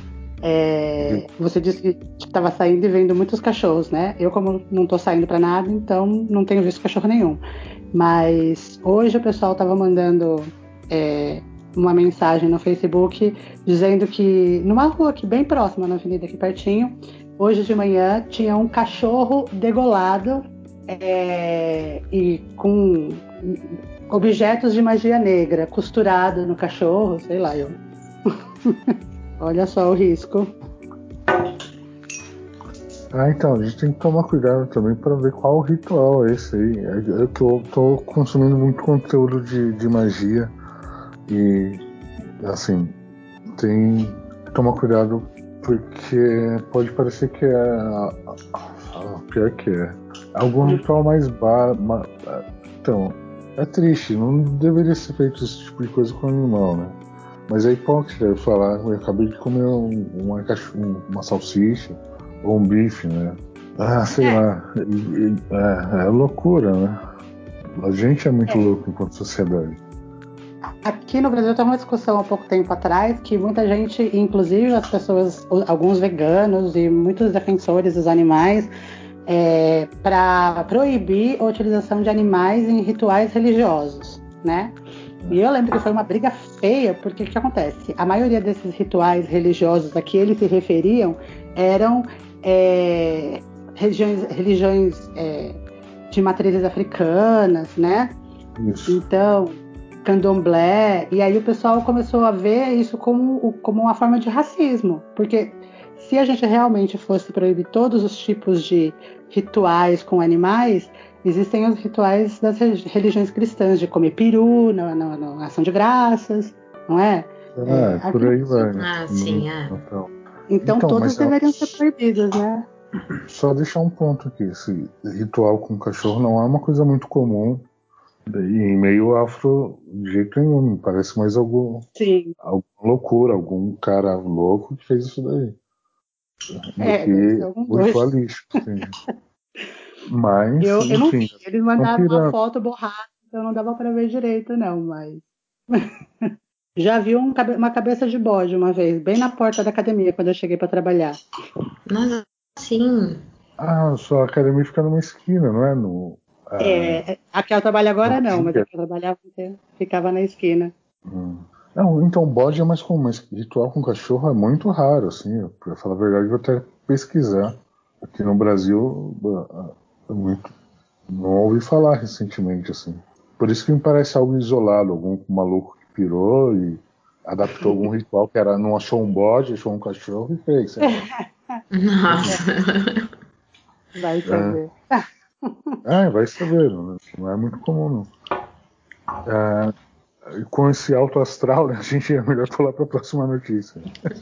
É, você disse que estava saindo e vendo muitos cachorros, né? Eu, como não estou saindo para nada, então não tenho visto cachorro nenhum. Mas hoje o pessoal estava mandando é, uma mensagem no Facebook dizendo que numa rua aqui bem próxima, na avenida aqui pertinho, hoje de manhã tinha um cachorro degolado é, e com objetos de magia negra costurado no cachorro, sei lá, eu. Olha só o risco. Ah, então, a gente tem que tomar cuidado também para ver qual ritual é esse aí. É, é que eu tô consumindo muito conteúdo de, de magia e, assim, tem que tomar cuidado porque pode parecer que é a, a, a pior que é. Algum ritual mais ba, ma, então, é triste, não deveria ser feito esse tipo de coisa com o animal, né? Mas é hipócrita eu falar, eu acabei de comer um, uma, uma salsicha ou um bife, né? Ah, sei É. lá. E, e, é, é loucura, né? A gente é muito É. louco enquanto sociedade. Aqui no Brasil tem uma discussão há pouco tempo atrás que muita gente, inclusive as pessoas, alguns veganos e muitos defensores dos animais, é, para proibir a utilização de animais em rituais religiosos, né? E eu lembro que foi uma briga feia, porque o que acontece? A maioria desses rituais religiosos a que eles se referiam eram é, regiões, religiões é, de matrizes africanas, né? Isso. Então, candomblé, e aí o pessoal começou a ver isso como, como uma forma de racismo, porque se a gente realmente fosse proibir todos os tipos de rituais com animais, existem os rituais das religiões cristãs, de comer peru na, na, na ação de graças, não é? Ah, é, por aí vai. Ah, sim, é. Então, então todos deveriam eu... ser proibidos, né? Só deixar um ponto aqui, esse ritual com cachorro não é uma coisa muito comum e em meio afro de jeito nenhum, parece mais algum, Sim. alguma loucura, algum cara louco que fez isso daí. É, do que o ritualístico. Mas, eu, eu não enfim. vi, eles mandaram uma foto borrada, então não dava para ver direito, não, mas. Já vi um, uma cabeça de bode uma vez, bem na porta da academia, quando eu cheguei para trabalhar. Nossa, sim. Ah, sua academia fica numa esquina, não é? No, ah, é, a que eu trabalho agora não, mas a que eu trabalhava ficava na esquina. Hum. Não, então bode é mais comum, mas ritual com cachorro é muito raro, assim. Pra falar a verdade, vou até pesquisar. Aqui no Brasil, é muito, não ouvi falar recentemente, assim. Por isso que me parece algo isolado, algum maluco que pirou e adaptou algum ritual que era, não achou um bode, achou um cachorro e fez. Nossa. Vai saber. É, vai saber, não, não é muito comum, não. É, com esse alto astral, né, a gente é melhor pular para a próxima notícia.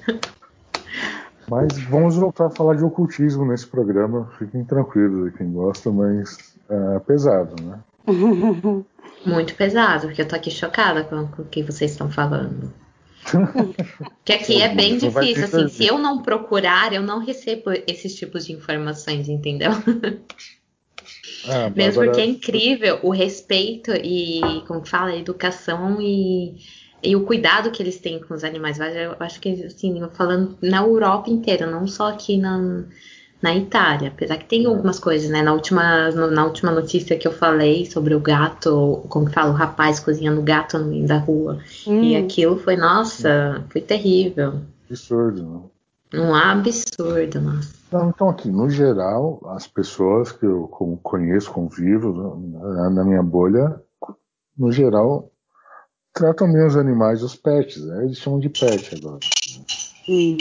Mas vamos voltar a falar de ocultismo nesse programa. Fiquem tranquilos, quem gosta, mas é pesado, né? Muito pesado, porque eu tô aqui chocada com, com o que vocês estão falando. Porque aqui é bem difícil, assim, se eu não procurar, eu não recebo esses tipos de informações, entendeu? Ah, mesmo Bárbara... porque é incrível o respeito e, como fala, a educação e, e o cuidado que eles têm com os animais. Eu acho que, assim, falando na Europa inteira, não só aqui na, na Itália, apesar que tem algumas coisas, né? Na última, na última notícia que eu falei sobre o gato, como fala, o rapaz cozinhando gato no meio da rua. Hum. E aquilo foi, nossa, foi terrível. Absurdo, né? Um absurdo, nossa. Não, então aqui, no geral, as pessoas que eu conheço, convivo, né, na minha bolha, no geral, tratam bem os animais, os pets, né? Eles chamam de pet agora. Uhum.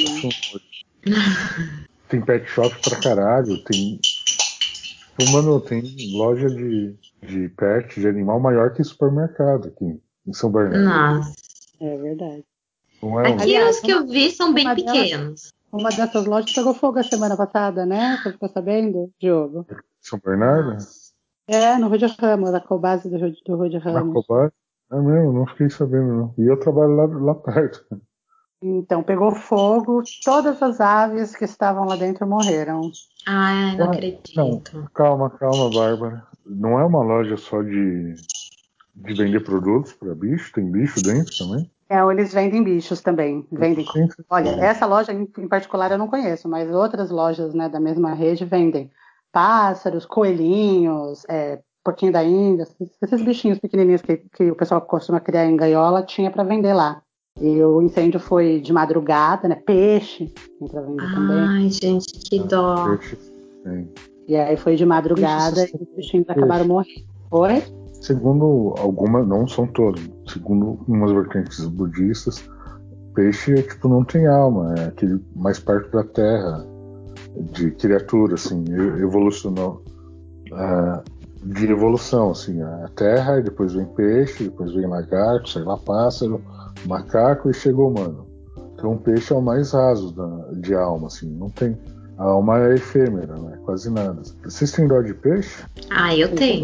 Tem pet shop pra caralho, tem. Mano, tem loja de, de pet, de animal maior que supermercado aqui em São Bernardo. Nossa. É verdade. Não é aqui um... os que eu vi são bem pequenos. Uma dessas lojas pegou fogo a semana passada, né? Você ficou sabendo, Diogo? São Bernardo? É, no Rio de Ramos, a Cobase do Rio, do Rio de Ramos. Na Cobase? É mesmo, não fiquei sabendo, não. E eu trabalho lá, lá perto. Então, pegou fogo, todas as aves que estavam lá dentro morreram. Ai, não ah, acredito. Não, calma, calma, Bárbara. Não é uma loja só de, de vender produtos para bicho? Tem bicho dentro também? É, eles vendem bichos também. Vendem. Olha, essa loja em particular eu não conheço, mas outras lojas, né, da mesma rede vendem pássaros, coelhinhos, é, porquinho da Índia, esses bichinhos pequenininhos que, que o pessoal costuma criar em gaiola, tinha para vender lá. E o incêndio foi de madrugada, né? Peixe para vender Ai, também. Ai, gente, que dó. Peixe, sim. E aí foi de madrugada e os bichinhos acabaram morrendo. Oi? Segundo algumas, não são todos, segundo umas vertentes budistas, peixe tipo, não tem alma, é aquele mais perto da terra, de criatura, assim, evolucionou, uh, de evolução, assim, a terra, e depois vem peixe, depois vem lagarto, sei lá, pássaro, macaco e chegou humano. Então o peixe é o mais raso da, de alma, assim, não tem. A alma é efêmera, né? Quase nada. Vocês têm dó de peixe? Ah, eu tenho.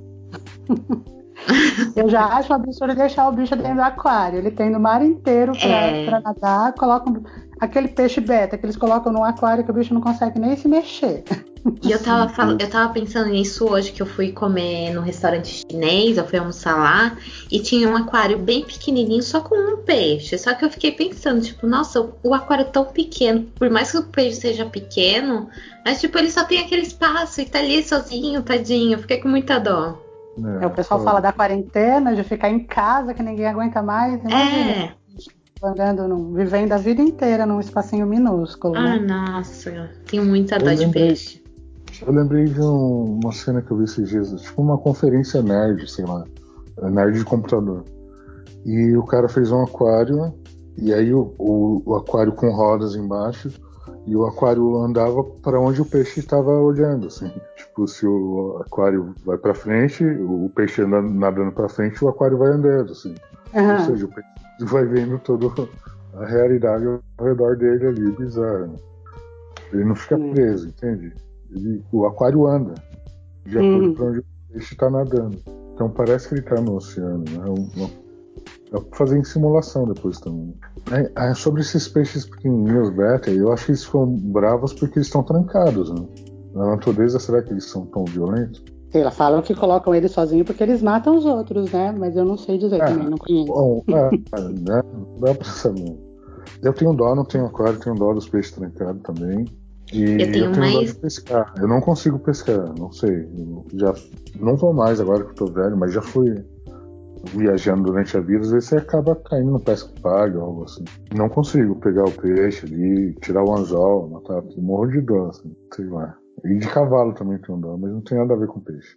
Eu já acho um absurdo deixar o bicho dentro do aquário. Ele tem no mar inteiro pra, é. pra nadar. Colocam aquele peixe beta que eles colocam no aquário que o bicho não consegue nem se mexer. E eu tava, fal- eu tava pensando nisso hoje, que eu fui comer no restaurante chinês, eu fui almoçar lá, e tinha um aquário bem pequenininho, só com um peixe. Só que eu fiquei pensando, tipo, nossa, o aquário é tão pequeno, por mais que o peixe seja pequeno, mas tipo, ele só tem aquele espaço e tá ali sozinho, tadinho. Eu fiquei com muita dó. É, o pessoal fala da quarentena, de ficar em casa, que ninguém aguenta mais. Imagina, é. andando, num, vivendo a vida inteira num espacinho minúsculo. Ah, né? nossa, tenho muita dó de peixe. Eu lembrei de um, uma cena que eu vi esses dias, tipo uma conferência nerd, sei lá, nerd de computador. E o cara fez um aquário, e aí o, o, o aquário com rodas embaixo, e o aquário andava para onde o peixe estava olhando, assim. Tipo, se o aquário vai para frente, o peixe anda nadando para frente, o aquário vai andando, assim. Uhum. Ou seja, o peixe vai vendo toda a realidade ao redor dele ali, bizarro. Ele não fica uhum. preso, entende? Ele, o aquário anda de acordo uhum. com onde o peixe está nadando. Então parece que ele está no oceano, né? Uma, dá pra fazer em simulação depois também. É, é, sobre esses peixes pequenininhos, beta, eu acho que eles ficam bravos porque eles estão trancados, né? Na natureza, será que eles são tão violentos? Sei lá, falam que colocam eles sozinhos porque eles matam os outros, né? Mas eu não sei dizer ah, também, não conheço. Bom, é, né? Não dá pra saber. Eu tenho dó, não tenho aquário, tenho dó dos peixes trancados também. E eu tenho, eu tenho mais... dó de pescar. Eu não consigo pescar, não sei. Eu já não vou mais agora que eu tô velho, mas já fui viajando durante a vida, às vezes você acaba caindo no pesca paga ou algo assim. Não consigo pegar o peixe ali, tirar o anzol, matar, morro de dó, assim, sei lá. E de cavalo também tenho dó, mas não tem nada a ver com peixe.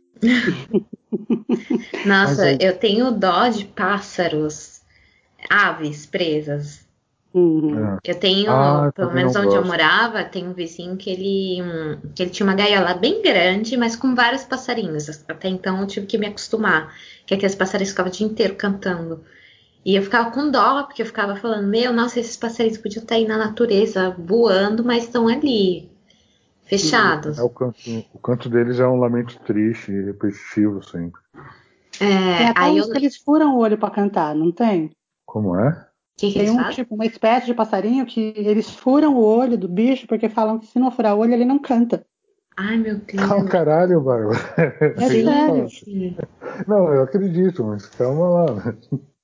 Nossa, aí... eu tenho dó de pássaros, aves presas. Uhum. Eu tenho, ah, pelo menos onde gosto. eu morava, tem um vizinho que ele, um, que ele tinha uma gaiola bem grande, mas com vários passarinhos. Até então eu tive que me acostumar, que aqueles passarinhos ficavam o dia inteiro cantando. E eu ficava com dó, porque eu ficava falando, meu, nossa, esses passarinhos podiam estar aí na natureza, voando, mas estão ali, fechados. É, o, canto, o canto deles é um lamento triste e repetitivo sempre. É, tem até aí uns eu... que eles furam o olho pra cantar, não tem? Como é? Que que tem um fazem? tipo, uma espécie de passarinho que eles furam o olho do bicho porque falam que se não furar o olho ele não canta. Ai, meu Deus. Calma, caralho, Bárbara. É sério. Não, eu acredito, mas calma lá.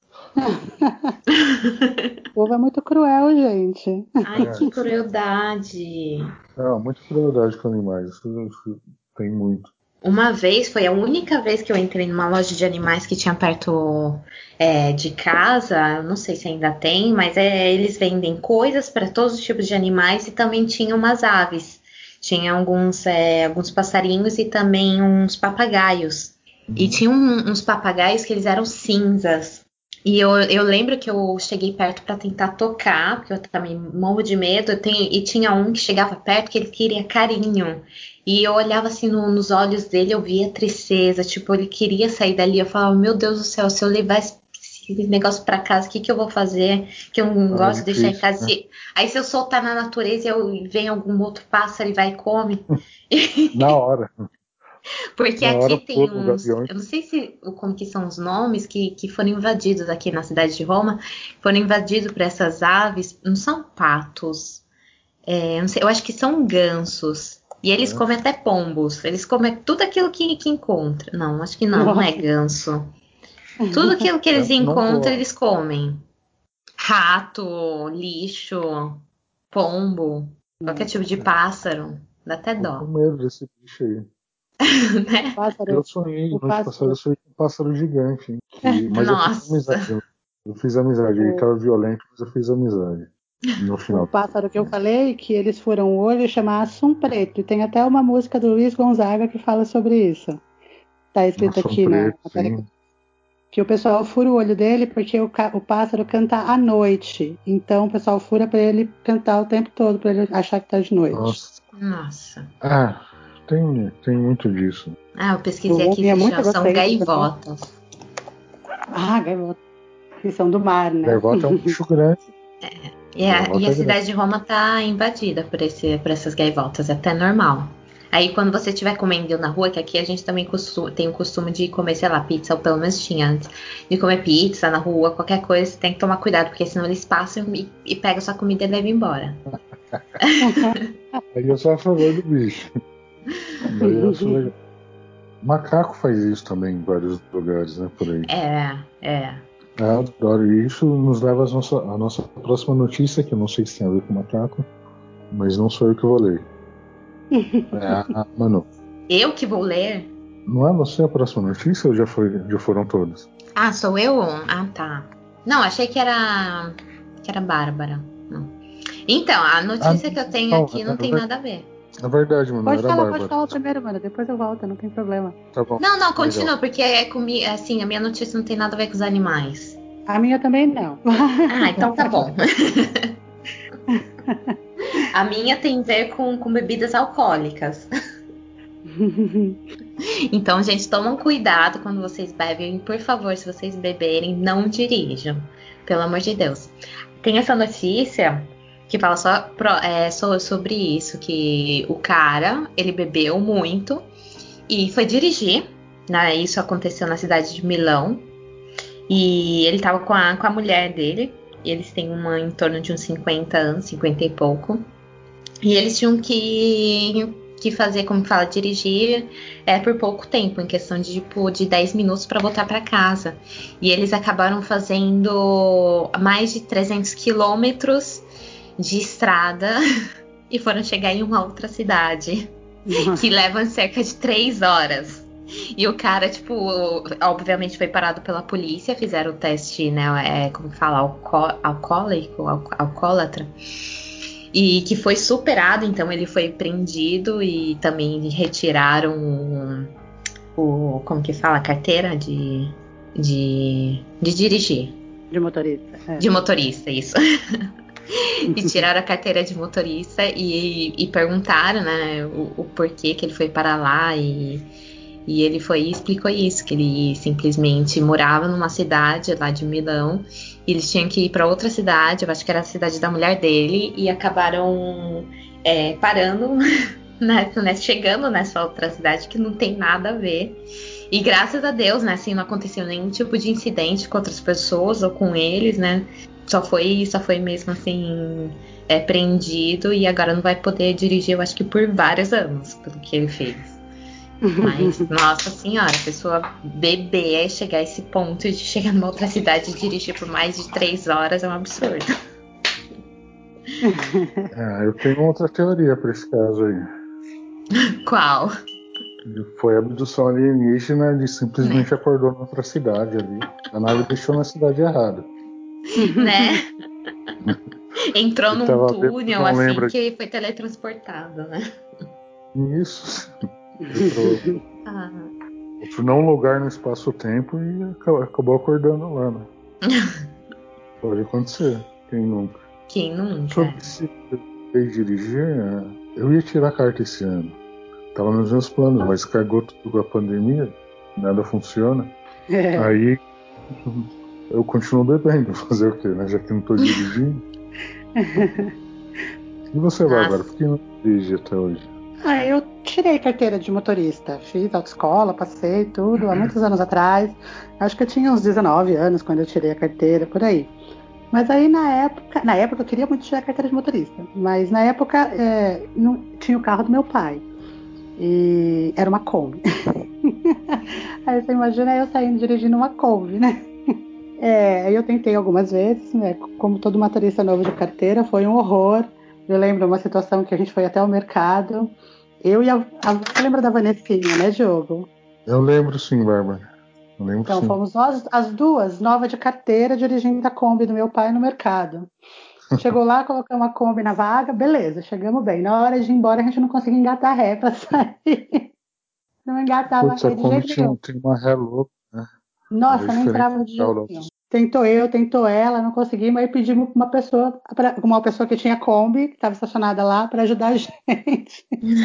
O povo é muito cruel, gente. Ai, que crueldade. Não, muita crueldade com animais. Isso tem muito. Uma vez, foi a única vez que eu entrei numa loja de animais que tinha perto é, de casa. Eu não sei se ainda tem, mas é, eles vendem coisas para todos os tipos de animais e também tinha umas aves. Tinha alguns, é, alguns passarinhos e também uns papagaios. Uhum. E tinha um, uns papagaios que eles eram cinzas. E eu, eu lembro que eu cheguei perto para tentar tocar, porque eu também morro de medo. Eu tenho, e tinha um que chegava perto que ele queria carinho. E eu olhava assim no, nos olhos dele, eu via tristeza. Tipo, ele queria sair dali. Eu falava, meu Deus do céu, se eu levar esse, esse negócio para casa, o que, que eu vou fazer? Que eu não ah, gosto de deixar em casa. Né? Aí se eu soltar na natureza, eu vem algum outro pássaro e vai e come. Na hora. Porque na aqui tem uns, eu não sei se como que são os nomes que, que foram invadidos aqui na cidade de Roma, foram invadidos por essas aves, não são patos, é, não sei, eu acho que são gansos, e eles é. comem até pombos, eles comem tudo aquilo que, que encontram, não, acho que não, Nossa. não é ganso, tudo aquilo que eles encontram eles comem, rato, lixo, pombo, qualquer tipo de pássaro, dá até dó. Tô com medo desse bicho aí. Né? Pássaro, eu sonhei, no pássaro. passado eu sonhei com um pássaro gigante, hein? Que, mas Nossa. eu fiz amizade. Eu fiz amizade, ele tava violento, mas eu fiz amizade. No final. O pássaro que eu falei, que eles furam o olho, chama Assum Preto. E tem até uma música do Luiz Gonzaga que fala sobre isso. Tá escrito Assum aqui, preto, né? sim. Que o pessoal fura o olho dele porque o, o pássaro canta à noite. Então o pessoal fura pra ele cantar o tempo todo, pra ele achar que tá de noite. Nossa. Nossa. Ah, tem, tem muito disso. Ah, eu pesquisei aqui, é já são gaivotas. Ah, gaivotas. Que são do mar, né? Gaivota é um bicho grande. É. E a, e a cidade de Roma tá invadida por, esse, por essas gaivotas, é até normal. Aí quando você estiver comendo na rua, que aqui a gente também costuma, tem o costume de comer, sei lá, pizza, ou pelo menos tinha antes, de comer pizza na rua, qualquer coisa, você tem que tomar cuidado, porque senão eles passam e, e pegam sua comida e levam embora. Aí eu sou a favor do bicho. Daí eu acho legal. Macaco faz isso também em vários lugares, né, por aí. É, é. Eu adoro. E isso nos leva à nossa, à nossa próxima notícia, que eu não sei se tem a ver com macaco, mas não sou eu que vou ler. É a Manu. Eu que vou ler? Não é você a próxima notícia ou já, foi, já foram todas? Ah, sou eu? Ah, tá. Não, achei que era que era Bárbara. Não. Então, a notícia ah, que eu tenho não, aqui não tem vai, nada a ver. É verdade, mano. Pode Era falar, Bárbara. pode falar primeiro, mano. Depois eu volto, não tem problema. Tá bom. Não, não, continua, Legal. porque é comigo, assim, a minha notícia não tem nada a ver com os animais. A minha também não. Ah, então tá bom. A minha tem a ver com, com bebidas alcoólicas. Então, gente, tomam cuidado quando vocês bebem. Por favor, se vocês beberem, não dirijam. Pelo amor de Deus. Tem essa notícia que fala só pro, é, só sobre isso, que o cara, ele bebeu muito e foi dirigir, né? Isso aconteceu na cidade de Milão. E ele tava com a, com a mulher dele. E eles têm uma em torno de uns cinquenta anos, cinquenta e pouco. E eles tinham que, que fazer, como fala, dirigir é, por pouco tempo, em questão de, tipo, de dez minutos para voltar para casa. E eles acabaram fazendo mais de trezentos quilômetros de estrada e foram chegar em uma outra cidade, que leva cerca de três horas. E o cara, tipo, obviamente foi parado pela polícia, fizeram o teste, né, é, como fala, alco- alcoólico, alco- alcoólatra. E que foi superado, então ele foi prendido e também retiraram o, o como que fala, a carteira de, de, de dirigir. De motorista. É. De motorista, isso. E tiraram a carteira de motorista e, e perguntaram, né, o, o porquê que ele foi para lá e, e ele foi e explicou isso, que ele simplesmente morava numa cidade lá de Milão e eles tinham que ir para outra cidade, eu acho que era a cidade da mulher dele, e acabaram é, parando, né, chegando nessa outra cidade que não tem nada a ver. E graças a Deus, né, assim, não aconteceu nenhum tipo de incidente com outras pessoas ou com eles, né? Só foi, só foi mesmo assim, é, prendido e agora não vai poder dirigir, eu acho que por vários anos, pelo que ele fez. Mas, nossa senhora, a pessoa beber, chegar a esse ponto de chegar numa outra cidade e dirigir por mais de três horas é um absurdo. É, eu tenho outra teoria para esse caso aí. Qual? Foi abdução alienígena, ele simplesmente acordou na outra cidade ali. A nave deixou na cidade errada. Né? Entrou Ele num tava túnel, vendo, não assim, lembra que foi teletransportado, né? Isso. Entrou Ah. num lugar no espaço-tempo e acabou, acabou acordando lá, né? Pode acontecer, quem nunca. Quem nunca? Sobre se eu dirigir, eu ia tirar a carta esse ano. Tava nos meus planos, mas cagou tudo com a pandemia, nada funciona. É. Aí eu continuo bebendo, fazer o quê, né? Já que não tô dirigindo. E você, Nossa. Bárbara, por que não dirige até hoje? Ah, eu tirei carteira de motorista, fiz autoescola, passei tudo há muitos anos atrás. Acho que eu tinha uns dezenove anos quando eu tirei a carteira, por aí. Mas aí na época, na época eu queria muito tirar a carteira de motorista, mas na época é, não, tinha o carro do meu pai e era uma Kombi. Aí você imagina eu saindo dirigindo uma Kombi, né? É, aí eu tentei algumas vezes, né? Como todo motorista novo de carteira, foi um horror. Eu lembro uma situação que a gente foi até o mercado. Eu e a. a você lembra da Vanessinha, né, Diogo? Eu lembro sim, Bárbara. Eu lembro Então, sim. fomos nós, as duas, nova de carteira, dirigindo a Kombi do meu pai no mercado. Chegou lá, colocamos a Kombi na vaga, beleza, chegamos bem. Na hora de ir embora, a gente não conseguia engatar ré pra sair. Não engatava Putz, a ré de Kombi jeito tinha, nenhum. tem uma ré louca, né? Nossa, Era não diferente entrava de da jeito outra. nenhum. Tentou eu, tentou ela, não conseguimos. Aí pedimos para uma pessoa, pra, uma pessoa que tinha Kombi, que estava estacionada lá, para ajudar a gente.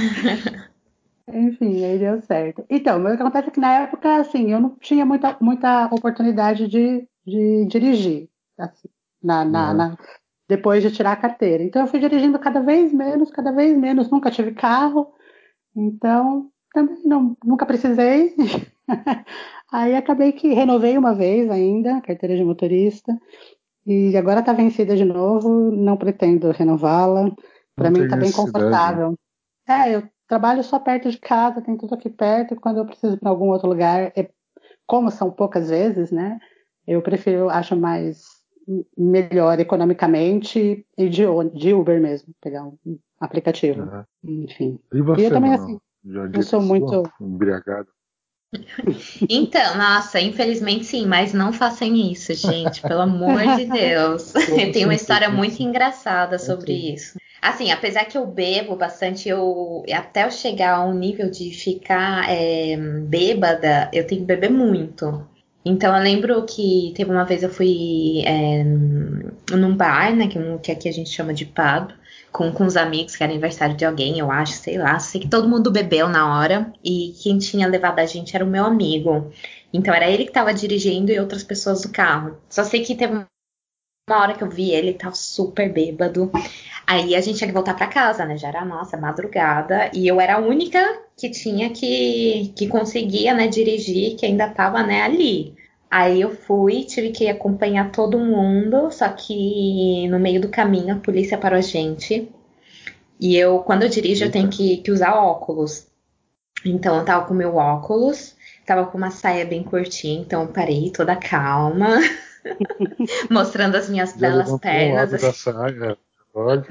Enfim, aí deu certo. Então, o que acontece é que na época, assim, eu não tinha muita, muita oportunidade de, de dirigir, assim, na, na, Uhum. na, depois de tirar a carteira. Então, eu fui dirigindo cada vez menos, cada vez menos. Nunca tive carro, então também não, nunca precisei. Aí acabei que renovei uma vez ainda a carteira de motorista e agora está vencida de novo, não pretendo renová-la. Para Não mim tem está bem necessidade. confortável. É, eu trabalho só perto de casa, tem tudo aqui perto, e quando eu preciso ir para algum outro lugar, é, como são poucas vezes, né? Eu prefiro, acho mais melhor economicamente e de, de Uber mesmo, pegar um aplicativo. Uhum. Enfim. E E você, eu também, mano? assim, Já não sou dirigiu? muito. Embriagado? Então, nossa, infelizmente sim, mas não façam isso, gente, pelo amor de Deus. Como Eu tenho uma história simplesmente? muito engraçada sobre isso. Assim, apesar que eu bebo bastante, eu até eu chegar a um nível de ficar é, bêbada, eu tenho que beber muito. Então eu lembro que teve uma vez eu fui é, num bar, né, que, que aqui a gente chama de pub, com, com os amigos, que era aniversário de alguém, eu acho, sei lá. Sei que todo mundo bebeu na hora e quem tinha levado a gente era o meu amigo. Então era ele que tava dirigindo e outras pessoas no carro. Só sei que teve uma hora que eu vi ele, ele tava super bêbado. Aí a gente tinha que voltar pra casa, né? Já era, nossa, madrugada. E eu era a única que tinha que, que conseguia, né, dirigir, que ainda tava, né, ali. Aí eu fui, tive que acompanhar todo mundo, só que no meio do caminho a polícia parou a gente. E eu, quando eu dirijo, eu tenho que, que usar óculos. Então eu tava com meu óculos, tava com uma saia bem curtinha, então eu parei toda calma, mostrando as minhas Já belas levantou um pernas. lado da Assim. saia, lógico.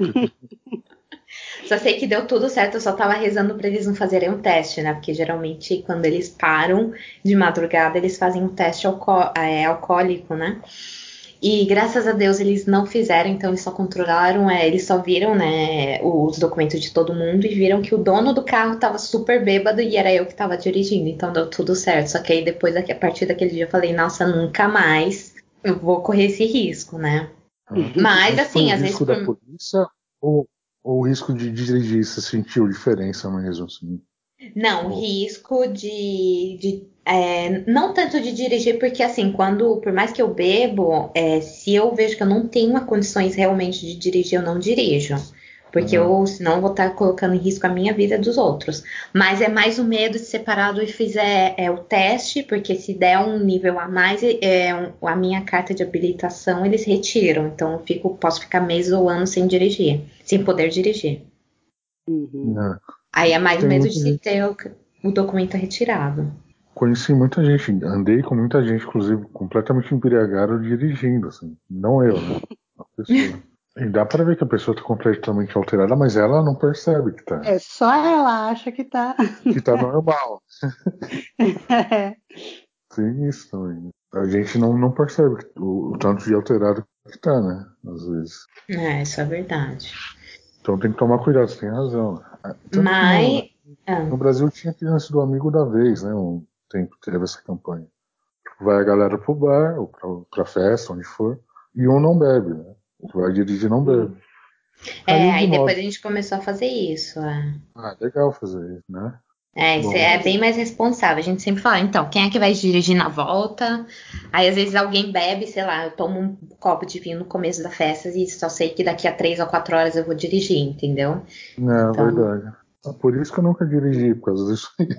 Só sei que deu tudo certo, eu só tava rezando pra eles não fazerem um teste, né? Porque geralmente quando eles param de madrugada, eles fazem um teste alco- é, alcoólico, né? E graças a Deus eles não fizeram, então eles só controlaram, é, eles só viram, né, os documentos de todo mundo e viram que o dono do carro tava super bêbado e era eu que tava dirigindo, então deu tudo certo. Só que aí depois, a partir daquele dia, eu falei, nossa, nunca mais eu vou correr esse risco, né? Mas Mas foi assim, o às vezes risco da por... polícia ou, ou o risco de dirigir? Você sentiu diferença mesmo, assim? Não, Ou- risco de, de é, não tanto de dirigir, porque assim, quando, por mais que eu bebo, é, se eu vejo que eu não tenho condições realmente de dirigir, eu não dirijo. Porque Ah, eu, senão, eu vou estar colocando em risco a minha vida e dos outros. Mas é mais o medo de ser parado e fizer é, o teste, porque se der um nível a mais, é, um- a minha carta de habilitação eles retiram. Então eu fico, posso ficar meses ou anos sem dirigir, sem poder dirigir. Uhum. né? Aí é mais o Tem medo muita de se gente. ter o, o documento retirado. Conheci muita gente, andei com muita gente, inclusive completamente embriagada dirigindo, assim. Não eu, né? A pessoa. E dá pra ver que a pessoa tá completamente alterada, mas ela não percebe que tá, É, só ela acha que tá. que tá normal. É. Tem isso também, né? A gente não, não percebe o, o tanto de alterado que tá, né? Às vezes. É, isso é verdade. Então tem que tomar cuidado, você tem razão. Ah, tanto que no, Mas. Ah, no Brasil tinha aquele lance do amigo da vez, né? Um tempo que teve essa campanha. Vai a galera pro bar, ou pra, pra festa, onde for, e um não bebe, né? O que vai dirigir não bebe. é, Aí de aí depois modo. a gente começou a fazer isso. É, Ah, legal fazer isso, né? é, isso Bom, é bem mais responsável. A gente sempre fala, então, quem é que vai dirigir na volta? Aí às vezes alguém bebe, sei lá, eu tomo um copo de vinho no começo da festa e só sei que daqui a três ou quatro horas eu vou dirigir, entendeu? é Então. verdade. Ah, por isso que eu nunca dirigi, por causa disso aí.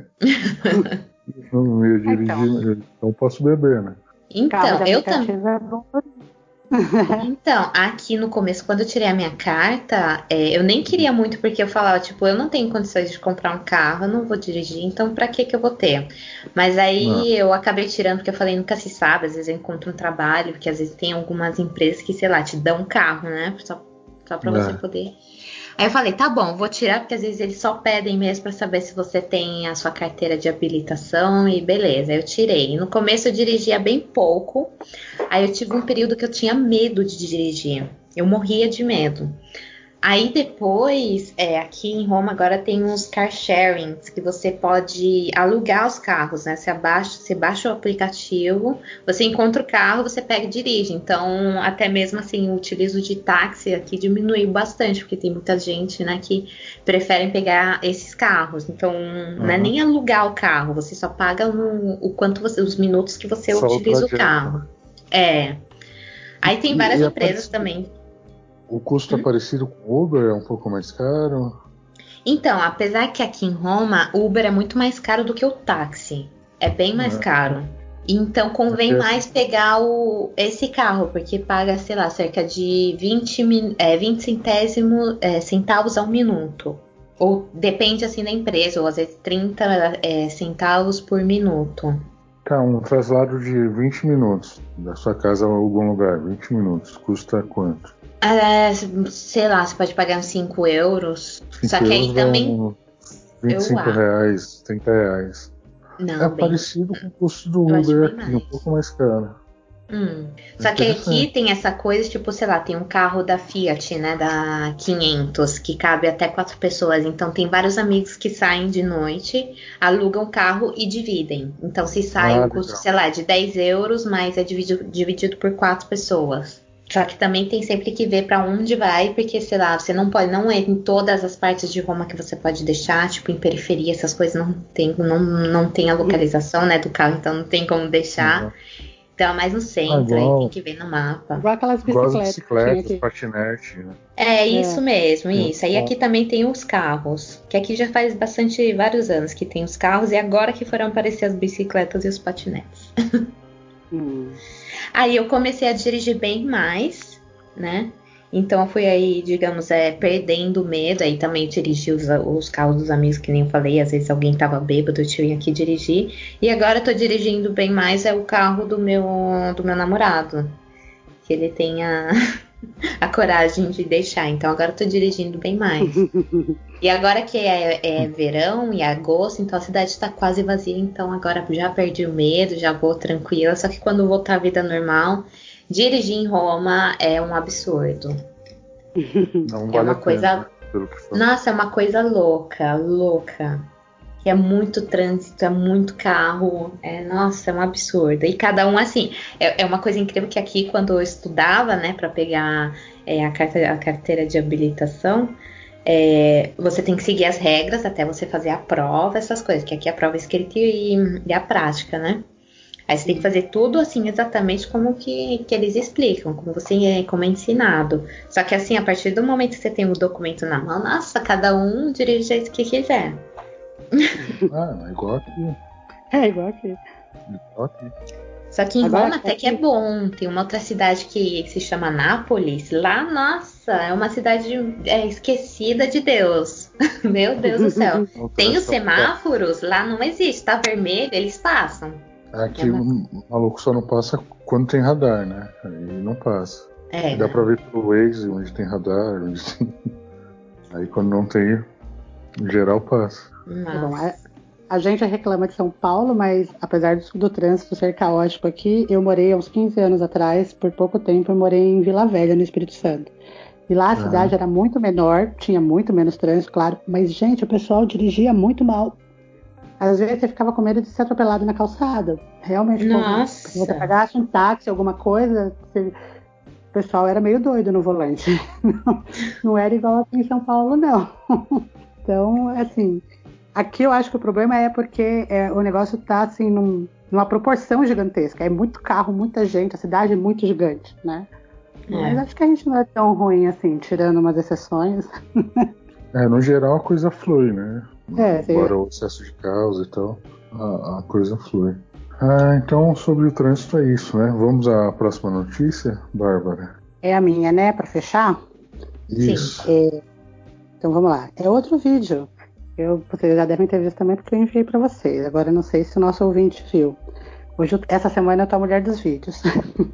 Eu não ia Ah, então, dirigir, então posso beber, né? carro Então, de eu também. aplicativo é bom. Então, aqui no começo, quando eu tirei a minha carta, é, eu nem queria muito, porque eu falava, tipo, eu não tenho condições de comprar um carro, eu não vou dirigir, então pra que que eu vou ter? Mas Não, aí eu acabei tirando, porque eu falei, nunca se sabe, às vezes eu encontro um trabalho, porque às vezes tem algumas empresas que, sei lá, te dão um carro, né? Só, só pra você é. poder. Aí eu falei, tá bom, vou tirar, porque às vezes eles só pedem mesmo pra saber se você tem a sua carteira de habilitação e beleza, eu tirei. No começo eu dirigia bem pouco, aí eu tive um período que eu tinha medo de dirigir, eu morria de medo. Aí depois, é, aqui em Roma agora tem uns car sharings que você pode alugar os carros, né? Você baixa, você baixa o aplicativo, você encontra o carro, você pega e dirige. Então, até mesmo assim, o utilizo de táxi aqui diminuiu bastante, porque tem muita gente, né, que preferem pegar esses carros. Então, não é Aham. nem alugar o carro, você só paga no, o quanto você, os minutos que você Só o utiliza o trajeto, carro. né? É. Aí tem E, várias e é empresas parecido. também. O custo é Hum? parecido com o Uber, é um pouco mais caro. Então, apesar que aqui em Roma o Uber é muito mais caro do que o táxi, é bem mais Né? caro. Então Aqui convém é mais assim. pegar o, esse carro, porque paga, sei lá, cerca de vinte, min- é, vinte centésimo, é, centavos ao minuto. Ou depende assim da empresa, ou às vezes trinta é, centavos por minuto. Tá, um traslado de vinte minutos da sua casa a algum lugar, vinte minutos, custa quanto? É, sei lá, você pode pagar uns cinco euros. Só cinco que euros aí dá também uns vinte e eu cinco acho. reais, trinta reais. É Não, bem. parecido com o custo do Eu acho Uber bem aqui, um mais. pouco mais caro. Hum. Só que aqui tem essa coisa, tipo, sei lá, tem um carro da Fiat, né, da quinhentos, que cabe até quatro pessoas. Então tem vários amigos que saem de noite, alugam o carro e dividem. Então se sai Ah, o custo, legal. sei lá, de dez euros, mas é dividido, dividido por quatro pessoas. Só que também tem sempre que ver pra onde vai, porque, sei lá, você não pode, não é em todas as partes de Roma que você pode deixar, tipo, em periferia, essas coisas não tem, não, não tem a localização, né, do carro, então não tem como deixar. Uhum. Então é mais no Ah, centro, aí tem igual, que ver no mapa. Igual aquelas igual as bicicletas que tinha bicicletas, aqui. patinete, né? É isso É. mesmo, Tem isso. Aí aqui também tem os carros, que aqui já faz bastante, vários anos que tem os carros, e agora que foram aparecer as bicicletas e os patinetes. Hum. Aí eu comecei a dirigir bem mais, né? Então eu fui aí, digamos, é, perdendo o medo. Aí também dirigi os, os carros dos amigos, que nem eu falei. Às vezes alguém tava bêbado, eu tinha que dirigir. E agora eu tô dirigindo bem mais é o carro do meu, do meu namorado. Que ele tem a, a coragem de deixar. Então agora eu tô dirigindo bem mais. E agora que é, é verão e agosto, então a cidade tá quase vazia. Então agora já perdi o medo, já vou tranquila. Só que quando voltar à vida normal, dirigir em Roma é um absurdo. Não É vale uma a pena, coisa. né? Pelo que falo. Nossa, é uma coisa louca, louca. Que é muito trânsito, é muito carro. É, nossa, é um absurdo. E cada um, assim, é, é uma coisa incrível que aqui, quando eu estudava, né, para pegar é, a, carta, a carteira de habilitação, é, você tem que seguir as regras até você fazer a prova, essas coisas, que aqui a prova é escrita e, e a prática, né? Aí você tem que fazer tudo assim exatamente como que, que eles explicam, como você é, como é ensinado. Só que assim, a partir do momento que você tem o documento na mão, nossa, cada um dirige do jeito que quiser. Ah, é igual aqui. É igual aqui. Igual aqui. Só que em Agora Roma até que é aqui, bom. Tem uma outra cidade que se chama Nápoles. Lá, nossa, é uma cidade é, esquecida de Deus. Meu Deus do céu. O Tem os trânsito tá foda. semáforos, lá não existe. Tá vermelho, eles passam. É Aqui uma... o maluco só não passa quando tem radar, né? Aí não passa. É, E dá não. pra ver pelo Waze onde tem radar, onde tem... Aí quando não tem, em geral passa. é bom. A, Nossa. a gente reclama de São Paulo, mas apesar do, do trânsito ser caótico aqui, eu morei há uns quinze anos atrás, por pouco tempo, eu morei em Vila Velha, no Espírito Santo. E lá a cidade Aham. era muito menor, tinha muito menos trânsito, claro, mas, gente, o pessoal dirigia muito mal. Às vezes você ficava com medo de ser atropelado na calçada. Realmente, como se você Nossa. pegasse um táxi, alguma coisa, você, o pessoal era meio doido no volante. Não, não era igual aqui em São Paulo, não. Então, assim, aqui eu acho que o problema é porque é, o negócio tá assim num, numa proporção gigantesca. É muito carro, muita gente, a cidade é muito gigante, né? Mas É. acho que a gente não é tão ruim assim, tirando umas exceções. É, no geral a coisa flui, né? É, Embora você- o excesso de caos e tal, a, a coisa flui. Ah, então sobre o trânsito é isso, né? Vamos à próxima notícia, Bárbara? é a minha, né? Para fechar. Sim. Isso. É, então vamos lá. É outro vídeo. Eu, vocês já devem ter visto também porque eu enviei para vocês. Agora eu não sei se o nosso ouvinte viu. Hoje, eu- essa semana eu tô a mulher dos vídeos.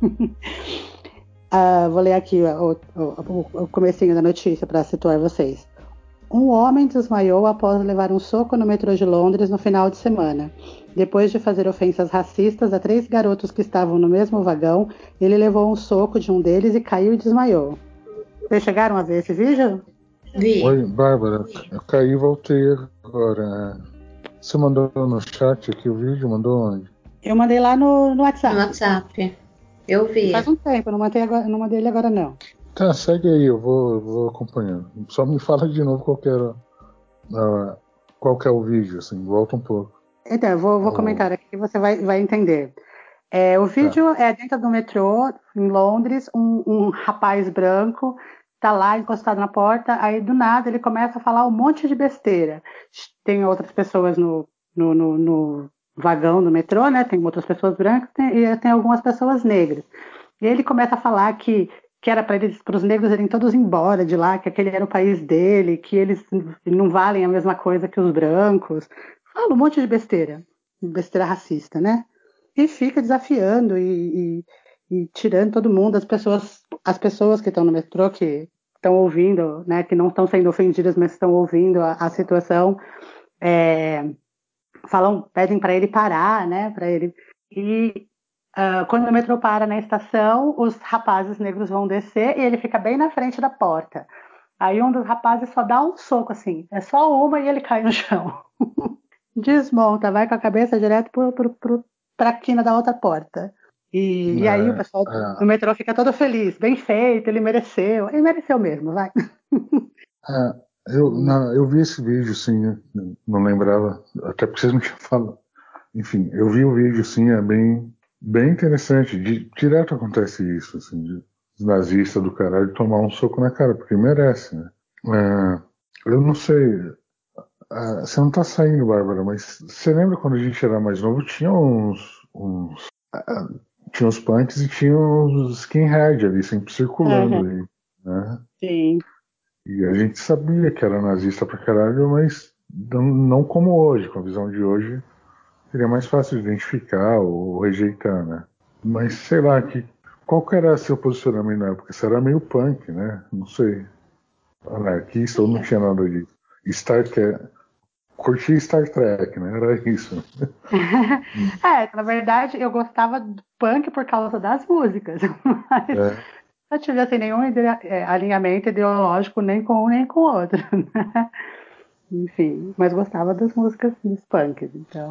Ah, vou ler aqui ó, o, o, o comecinho da notícia para situar vocês. Um homem desmaiou após levar um soco no metrô de Londres no final de semana. Depois de fazer ofensas racistas a três garotos que estavam no mesmo vagão, ele levou um soco de um deles e caiu e desmaiou. Vocês chegaram a ver esse vídeo? Vi. Oi, Bárbara, eu caí e voltei agora. Você mandou no chat aqui o vídeo? Mandou onde? Eu mandei lá no, no No WhatsApp. WhatsApp. Eu E vi. faz um tempo, eu não mandei, agora, não mandei ele agora não. Tá, segue aí, eu vou, eu vou acompanhando. Só me fala de novo qual que era, uh, qual que é o vídeo, assim, volta um pouco. Então, eu vou, vou Oh, comentar aqui que você vai, vai entender. É, o tá. vídeo é dentro do metrô, em Londres, um, um rapaz branco tá lá encostado na porta, aí do nada ele começa a falar um monte de besteira. Tem outras pessoas no, no, no, no vagão do metrô, né? Tem outras pessoas brancas tem, e tem algumas pessoas negras. E ele começa a falar que, que era para eles, para os negros irem todos embora de lá, que aquele era o país dele, que eles não valem a mesma coisa que os brancos. Fala um monte de besteira, besteira racista, né? E fica desafiando e, e, e tirando todo mundo, as pessoas, as pessoas que estão no metrô, que estão ouvindo, né, que não estão sendo ofendidas, mas estão ouvindo a, a situação, é, falam, pedem para ele parar, né, para ele. E uh, quando o metrô para na estação, os rapazes negros vão descer e ele fica bem na frente da porta. Aí um dos rapazes só dá um soco assim, é só uma e ele cai no chão. Desmonta, vai com a cabeça direto pro, pro, pro, pra quina da outra porta. E, É, e aí o pessoal é, do metrô fica todo feliz, bem feito, ele mereceu. Ele mereceu mesmo, vai. é, eu, na, eu vi esse vídeo, sim, não lembrava, até porque vocês não tinham falado. Enfim, eu vi o vídeo, sim, é bem, bem interessante. Di- direto acontece isso, assim, de os nazistas do caralho tomar um soco na cara, porque merece, né? É, eu não sei, ah, você não tá saindo, Bárbara, mas você lembra quando a gente era mais novo, tinha uns, uns ah, tinha os punks e tinha os skinhead ali, sempre circulando Uhum, aí, né? sim. E a gente sabia que era nazista pra caralho, mas não, não como hoje, com a visão de hoje, seria mais fácil de identificar ou rejeitar, né? Mas sei lá, que, qual que era seu posicionamento na época? Você era meio punk, né? Não sei. Anarquista ou não tinha nada disso. Star Trek. Curtia Star Trek, né? Era isso. É, na verdade, eu gostava do punk por causa das músicas, mas É, não tive assim, nenhum ide- é, alinhamento ideológico nem com um nem com o outro, né? Enfim, mas gostava das músicas dos punks, então.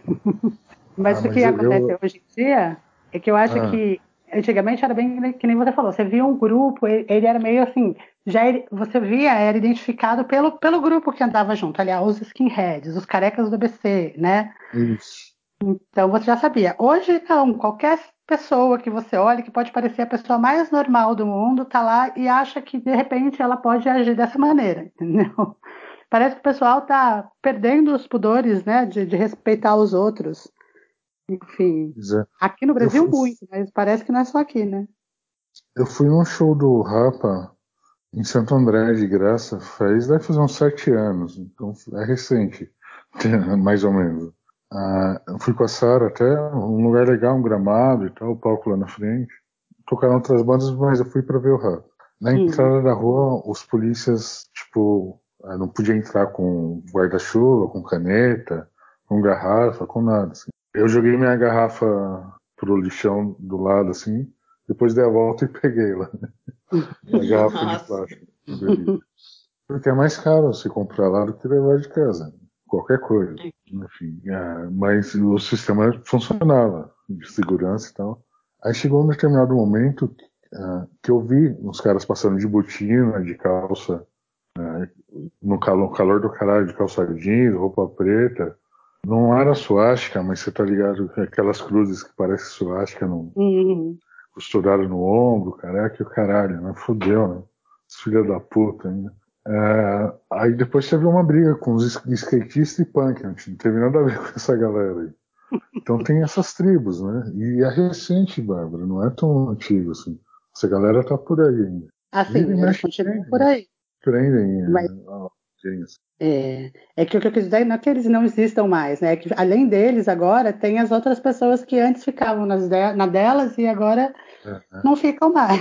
ah, Mas o que mas eu. acontece eu hoje em dia é que eu acho ah, que antigamente era bem que nem você falou, você via um grupo, ele, ele era meio assim, já ele- você via, era identificado pelo, pelo grupo que andava junto, aliás, os skinheads, os carecas do A B C, né? isso. Então você já sabia. Hoje não, qualquer pessoa que você olhe, que pode parecer a pessoa mais normal do mundo, tá lá e acha que de repente ela pode agir dessa maneira, entendeu? Parece que o pessoal tá perdendo os pudores, né, de, de respeitar os outros. Enfim, Pois é. aqui no Eu, Brasil fu- muito, mas parece que não é só aqui, né? eu fui num show do Rapa em Santo André, de graça, faz, deve fazer uns sete anos, então é recente, mais ou menos. Ah, eu fui com a Sara até um lugar legal, um gramado e tal, o palco lá na frente. Tocaram outras bandas, mas eu fui pra ver o Rapa. Na Uhum. entrada da rua, os polícias, tipo, ah, não podia entrar com guarda-chuva, com caneta, com garrafa, com nada, assim. Eu joguei minha garrafa pro lixão do lado, assim, depois dei a volta e peguei lá. A garrafa de Nossa. plástico de bebida. Porque é mais caro você comprar lá do que levar de casa. Qualquer coisa. Enfim, é, mas o sistema funcionava, de segurança e tal. Aí chegou um determinado momento que, ah, que eu vi uns caras passando de botina, de calça, no calor, calor do caralho, de calça jeans, roupa preta. Não era suástica, mas você tá ligado? Aquelas cruzes que parecem suástica no, Uhum. costurado no ombro, careca e o caralho, né? Fudeu, né? Filha da puta ainda. É, aí depois teve uma briga com os skatistas e punk, né? Não teve nada a ver com essa galera aí. Então tem essas tribos, né? E é recente, Bárbara, não é tão antigo assim. Essa galera tá por aí ainda. Vira e Assim, eles mexe, continuam por prendem, aí. prendem Mas é, alguém, assim. é, é que o que eu quis dizer não é que eles não existam mais, né? É que além deles, agora tem as outras pessoas que antes ficavam nas de- na delas e agora É, não ficam mais.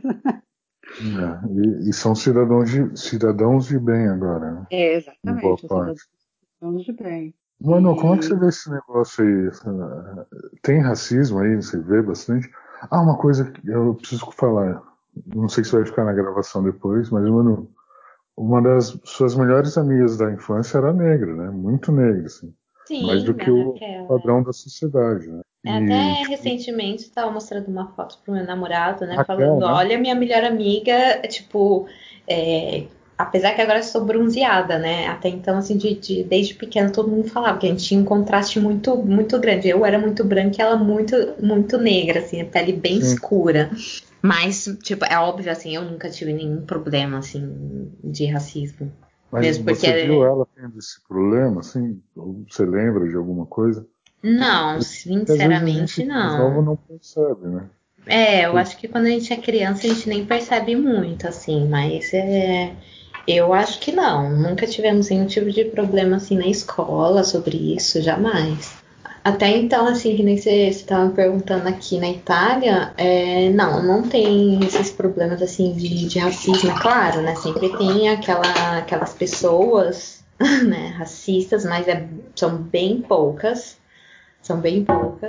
é. E, e são cidadãos de, cidadãos de bem agora, né? É, Em boa exatamente, os parte. cidadãos de bem. Mano, como é que você E vê esse negócio aí? Essa- Tem racismo aí? Você vê bastante? Ah, uma coisa que eu preciso falar. Não sei se vai ficar na gravação depois, mas, mano, uma das suas melhores amigas da infância era negra, né? Muito negra, assim. Mais do Sim, que a o Raquel. É. padrão da sociedade, né? É, E, até tipo, recentemente estava mostrando uma foto pro meu namorado, né? Raquel, Falando, né? olha, minha melhor amiga, é, tipo, é, apesar que agora eu sou bronzeada, né? Até então, assim, de, de- desde pequena todo mundo falava que a gente tinha um contraste muito, muito grande. Eu era muito branca e ela muito, muito negra, assim, a pele bem Sim. escura. Mas, tipo, é óbvio, assim, eu nunca tive nenhum problema, assim, de racismo. Mas Mesmo você viu porque, ela tendo esse problema, assim? Ou você lembra de alguma coisa? não, Porque às vezes a gente sinceramente, mais novo não. não percebe, né? É, eu Porque, acho que quando a gente é criança a gente nem percebe muito, assim, mas é, eu acho que não. Nunca tivemos nenhum tipo de problema assim na escola sobre isso, jamais. Até então, assim, que nem você estava me perguntando aqui na Itália, é, não, não tem esses problemas assim de, de racismo, é claro, né? Sempre tem aquela, aquelas pessoas, né, racistas, mas é, são bem poucas, são bem poucas.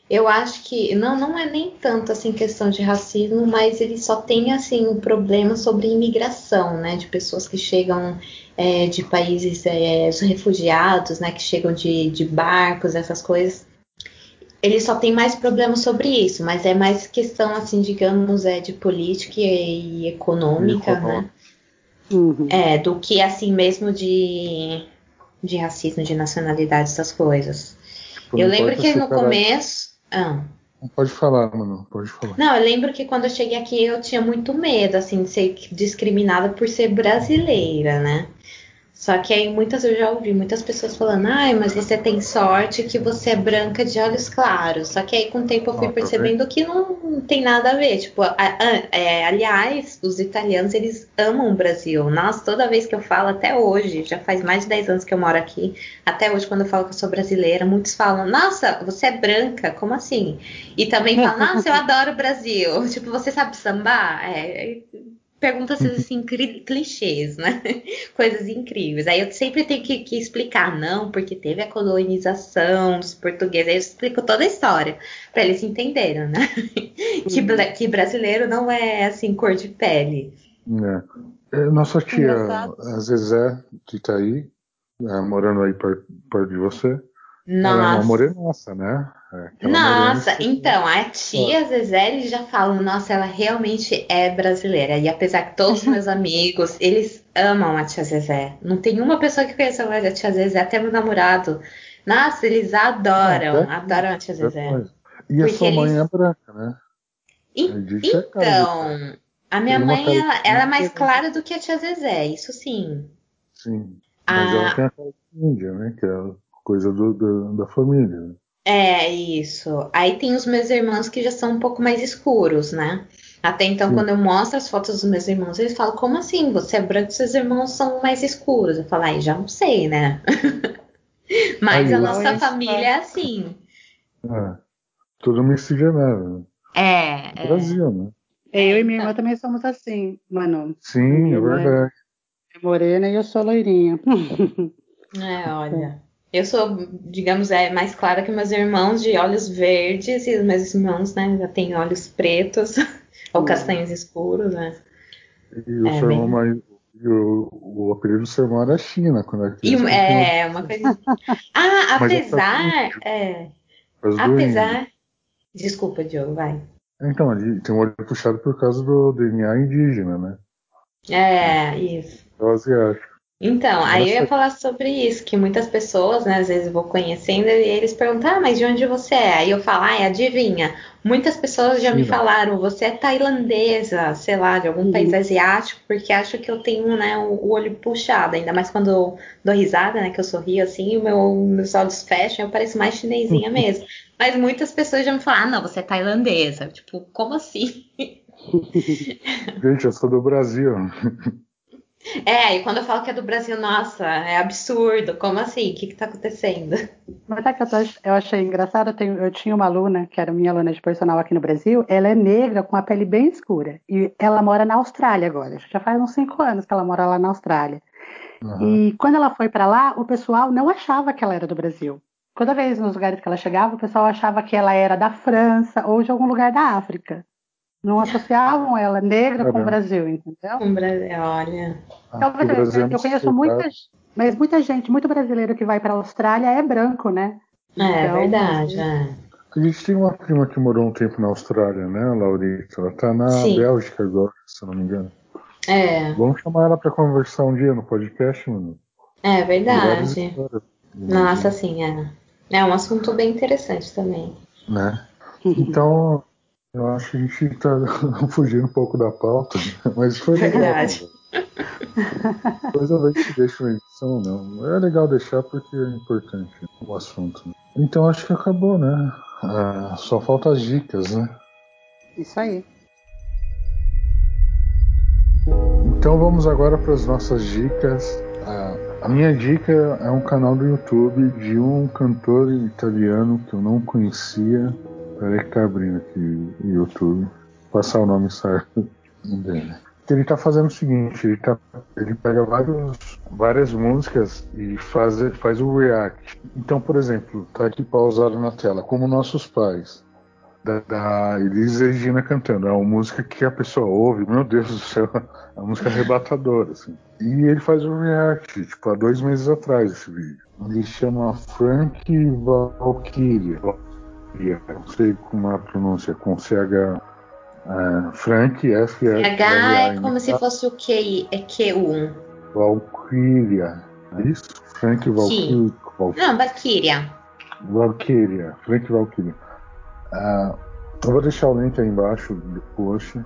Eu acho que não, não é nem tanto assim questão de racismo, mas ele só tem assim um problema sobre imigração, né? De pessoas que chegam é, de países, é, os refugiados, né? Que chegam de, de barcos, essas coisas. Ele só tem mais problemas sobre isso, mas é mais questão assim, digamos, é de política e, e E econômica, né? econômico. Uhum. É, do que assim mesmo de, de racismo, de nacionalidade, essas coisas. Tipo, Eu não lembro importa que se o no cara. começo. Ah, Não pode falar, mano. Pode falar. não, eu lembro que quando eu cheguei aqui eu tinha muito medo, assim, de ser discriminada por ser brasileira, né? Só que aí muitas eu já ouvi muitas pessoas falando, ai, mas você tem sorte que você é branca de olhos claros. Só que aí com o tempo eu fui Ó, tá vendo? percebendo que não tem nada a ver. Tipo, a- a- é, aliás, os italianos eles amam o Brasil. Nossa, toda vez que eu falo, até hoje, já faz mais de dez anos que eu moro aqui, até hoje quando eu falo que eu sou brasileira, muitos falam, nossa, você é branca, como assim? E também falam, nossa, eu adoro o Brasil. Tipo, você sabe sambar? É, perguntas assim, cri- clichês, né? Coisas incríveis. Aí eu sempre tenho que, que explicar, não, porque teve a colonização dos portugueses. Aí eu explico toda a história para eles entenderem, né? Que, bra- que brasileiro não é assim cor de pele. É. É, nossa tia, Engraçado. a Zezé, que tá aí, é, morando aí perto, perto de você, ela é uma Nossa. morenaça, né? É aquela morena Nossa, espetacular. então, a tia Zezé, eles já falam, nossa, ela realmente é brasileira. E apesar que todos os meus amigos, eles amam a tia Zezé. Não tem uma pessoa que conheça mais a tia Zezé, até meu namorado. Nossa, eles Não, até adoram, aqui, adoram a tia até Zezé. nós. E a Porque sua mãe é eles. branca, né? En- É de checar isso. Então, a minha Tem uma mãe, cara ela, de ela é mais índia, né? clara do que a tia Zezé, isso sim. Sim. Mas ela tem A, a cara de índia, né? Que é a coisa do, do- da família. Né? É, isso. Aí tem os meus irmãos que já são um pouco mais escuros, né? Até então, Sim. quando eu mostro as fotos dos meus irmãos, eles falam, como assim? Você é branco e seus irmãos são mais escuros? Eu falo, ai, já não sei, né? Mas Aí a Igual nossa eu, família é assim. é, tudo miscigenado. Né? É, é. Brasil, né? É, eu e minha então. irmã também somos assim, mano. A Sim, minha é irmã verdade. é morena e eu sou loirinha. É, olha. Eu sou, digamos, é mais clara que meus irmãos de olhos verdes e os meus irmãos, né, já têm olhos pretos ou castanhos escuros, né? E o É seu irmão bem. mais. E o, o apelido do seu irmão era China, quando era E criança, um- que ele tinha olho. é uma coisa. Ah, Mas é por causa do apesar. índio. É, Por causa do índio. apesar. Desculpa, Diogo, vai. Então, ele tem um olho puxado por causa do D N A indígena, né? É, isso. É o asiático. Então, aí eu ia Engraçado. falar sobre isso, que muitas pessoas, né, às vezes eu vou conhecendo e eles perguntam, ah, mas de onde você é? Aí eu falo, ah, adivinha. Muitas pessoas já me China. falaram, você é tailandesa, sei lá, de algum país asiático, porque acham que eu tenho, né, o, o olho puxado, ainda mais quando eu dou risada, né, que eu sorrio assim, o meu, meus olhos fecham, eu pareço mais chinesinha mesmo. Mas muitas pessoas já me falaram, ah, não, você é tailandesa. Tipo, como assim? Gente, eu sou do Brasil. É, e quando eu falo que é do Brasil, nossa, é absurdo. Como assim? O que que tá acontecendo? Mas sabe que eu, tô, eu achei engraçado? Eu, tenho- eu tinha uma aluna, que era minha aluna de personal aqui no Brasil, ela é negra, com a pele bem escura. E ela mora na Austrália agora. Já faz uns cinco anos que ela mora lá na Austrália. Uhum. E quando ela foi para lá, o pessoal não achava que ela era do Brasil. Toda vez nos lugares que ela chegava, o pessoal achava que ela era da França ou de algum lugar da África. Não associavam ela negra com o Caramba. Brasil, entendeu? Um Brasil, olha. Ah, Então, porque o você Brasil é vê, eu conheço muita, miscigenado. mas muita gente, muito brasileiro que vai para a Austrália é branco, né? É Então, às verdade, vezes, é. A gente tem uma prima que morou um tempo na Austrália, né, a Laurita? Ela tá na Sim, Bélgica agora, se eu não me engano. é, Vamos chamar ela pra conversar um dia no podcast, mano. é Tem várias verdade. histórias. Nossa, Imagina. assim, é. É um assunto bem interessante também. Né? Então, eu acho que a gente tá fugindo um pouco da pauta, mas foi legal a Verdade. conversa. Depois eu vejo se deixa uma edição ou não. É legal deixar porque é importante o assunto. Né? Então acho que acabou, né? Ah, só falta as dicas, né? isso aí. Então vamos agora para as nossas dicas. Ah, a minha dica é um canal do YouTube de um cantor italiano que eu não conhecia. Peraí que tá abrindo aqui o YouTube. Vou passar o nome certo dele. Ele tá fazendo o seguinte, ele, tá, ele pega vários, várias músicas e faz, faz o react. Então, por exemplo, tá aqui pausado na tela, Como Nossos Pais, da, da Elis Regina cantando. É uma música que a pessoa ouve, meu Deus do céu, é uma música arrebatadora, assim. E ele faz o react, tipo, há dois meses atrás esse vídeo. Ele chama Frank Valkyria. Não sei como é a pronúncia, com C H... Uh, Frank, F L H é como se fosse o Q I, é Q um. Valkyria, é isso? Frank Valkyria. Não, Valkyria. Valkyria, Frank Valkyria. Uh, eu vou deixar o link aí embaixo do post.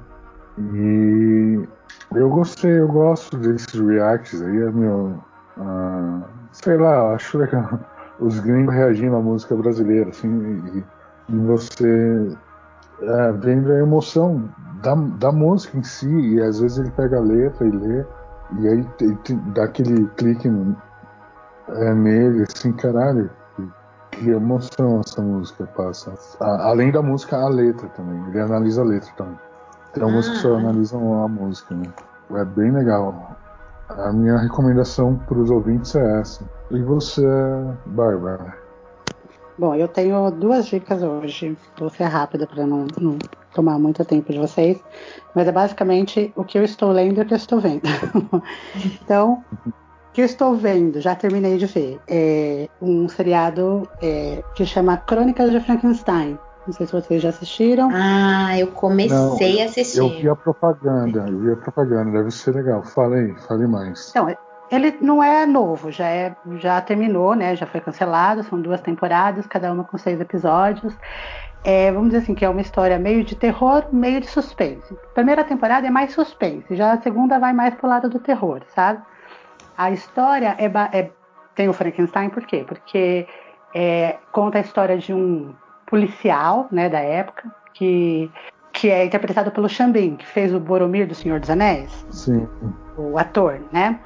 E eu gostei, eu gosto desses reacts aí, é meu. Uh, sei lá, acho legal. Os gringos reagindo à música brasileira, assim, e, e você. É, vendo a emoção da, da música em si, e às vezes ele pega a letra e lê, e aí ele te, dá aquele clique no, é, nele, assim, caralho, que, que emoção essa música passa. A, além da música, a letra também, ele analisa a letra também. Tem algumas Ah. que só analisam a música, né? É bem legal. A minha recomendação para os ouvintes é essa. E você, Bárbara? Bom, eu tenho duas dicas hoje. Vou ser rápida para não, não tomar muito tempo de vocês. Mas é basicamente o que eu estou lendo e o que eu estou vendo. Então, o que eu estou vendo, já terminei de ver, é um seriado é, que chama Crônicas de Frankenstein. Não sei se vocês já assistiram. Ah, eu comecei Não, a assistir. Eu vi a propaganda, eu vi a propaganda, deve ser legal. Fala aí, fale mais. Então, ele não é novo, já, é, já terminou, né? Já foi cancelado, são duas temporadas, cada uma com seis episódios. É, vamos dizer assim, que é uma história meio de terror, meio de suspense. A primeira temporada é mais suspense, já a segunda vai mais pro lado do terror, sabe? A história é, é tem o Frankenstein, por quê? Porque é, conta a história de um policial, né, da época, que, que é interpretado pelo Sean Bean, que fez o Boromir do Senhor dos Anéis. Sim. O ator, né?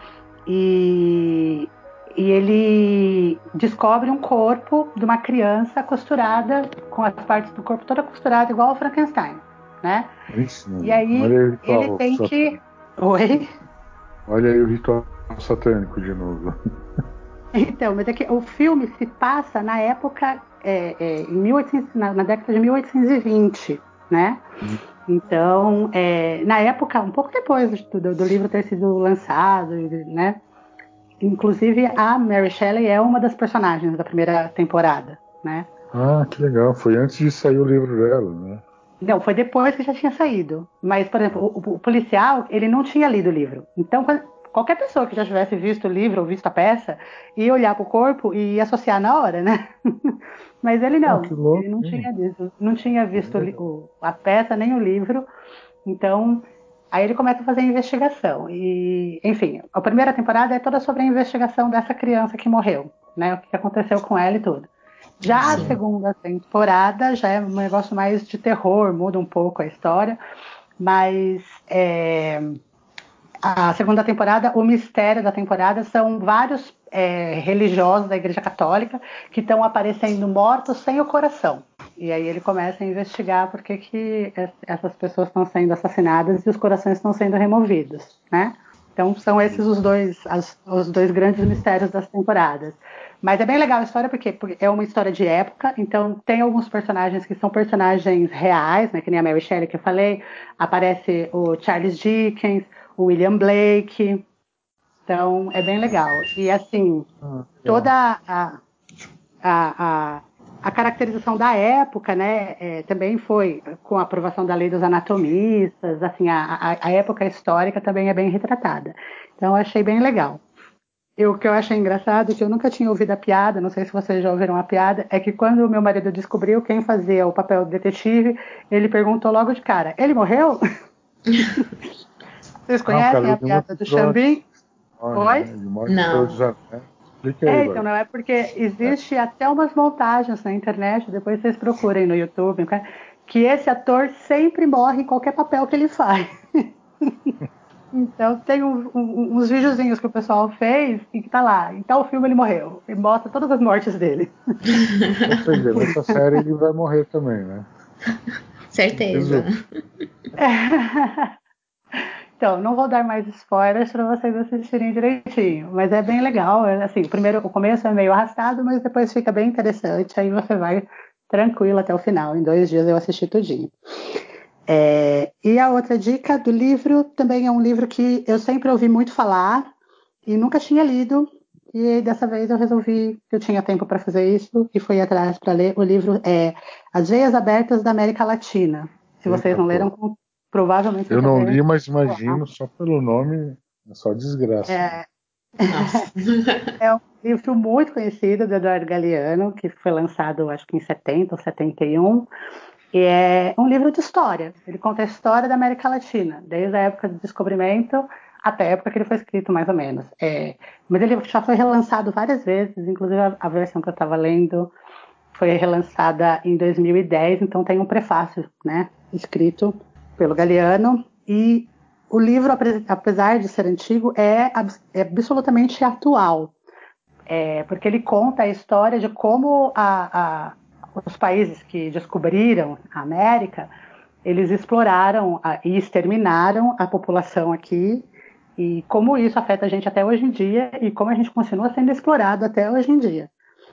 E, e ele descobre um corpo de uma criança costurada, com as partes do corpo toda costurada, igual ao Frankenstein, né? Isso, E aí olha aí o ritual ele tem satânico. que... Oi? Olha aí o ritual satânico de novo. Então, mas é que o filme se passa na época, é, é, em mil e oitocentos, na, na década de mil oitocentos e vinte, né? Então, é, na época, um pouco depois do, do livro ter sido lançado, né? Inclusive, a Mary Shelley é uma das personagens da primeira temporada, né? Ah, que legal. Foi antes de sair o livro dela, né? Não, foi depois que já tinha saído. Mas, por exemplo, o, o policial, ele não tinha lido o livro. Então, qualquer pessoa que já tivesse visto o livro ou visto a peça, ia olhar para o corpo e ia associar na hora, né? Mas ele não. Ah, que louco. Ele não tinha visto, não tinha visto o, a peça nem o livro. Então, aí ele começa a fazer a investigação. E, enfim, a primeira temporada é toda sobre a investigação dessa criança que morreu, né? O que aconteceu com ela e tudo. Já Sim. a segunda temporada já é um negócio mais de terror, muda um pouco a história, mas é, a segunda temporada, o mistério da temporada são vários é, religiosos da Igreja Católica que estão aparecendo mortos sem o coração. E aí ele começa a investigar por que, que essas pessoas estão sendo assassinadas e os corações estão sendo removidos, né? Então são esses os dois, as, os dois grandes mistérios das temporadas. Mas é bem legal a história porque, porque é uma história de época, então tem alguns personagens que são personagens reais, né, que nem a Mary Shelley que eu falei, aparece o Charles Dickens, o William Blake, então é bem legal. E assim, ah, toda a, a, a, a caracterização da época, né, é, também foi com a aprovação da lei dos anatomistas, assim, a, a, a época histórica também é bem retratada. Então eu achei bem legal. E o que eu achei engraçado, que eu nunca tinha ouvido a piada, não sei se vocês já ouviram a piada, é que quando o meu marido descobriu quem fazia o papel do detetive, ele perguntou logo de cara, ele morreu? Vocês conhecem ah, a piada do Sean Bean? Oi? Não. É, então, não é porque existe até umas montagens na internet, depois vocês procurem no YouTube, que esse ator sempre morre em qualquer papel que ele faz. Então tem um, um, uns videozinhos que o pessoal fez e que tá lá. Então o filme ele morreu. E mostra todas as mortes dele. Ou seja, nessa série ele vai morrer também, né? Certeza. Então, não vou dar mais spoilers para vocês assistirem direitinho, mas é bem legal. Assim, primeiro, o começo é meio arrastado, mas depois fica bem interessante. Aí você vai tranquilo até o final. Em dois dias eu assisti tudinho. É, e a outra dica do livro também é um livro que eu sempre ouvi muito falar e nunca tinha lido. E dessa vez eu resolvi que eu tinha tempo para fazer isso e fui atrás para ler. O livro é As Veias Abertas da América Latina. Se vocês não leram, provavelmente eu não li, mas falar. imagino, só pelo nome, é só desgraça. É, é um livro muito conhecido do Eduardo Galeano, que foi lançado acho que em setenta ou setenta e um. E é um livro de história. Ele conta a história da América Latina, desde a época do descobrimento até a época que ele foi escrito, mais ou menos. É, mas ele já foi relançado várias vezes, inclusive a, a versão que eu estava lendo foi relançada em dois mil e dez, então tem um prefácio, né, escrito pelo Galeano. E o livro, apesar de ser antigo, é, é absolutamente atual, é, porque ele conta a história de como a, a, os países que descobriram a América, eles exploraram a, e exterminaram a população aqui, e como isso afeta a gente até hoje em dia, e como a gente continua sendo explorado até hoje em dia.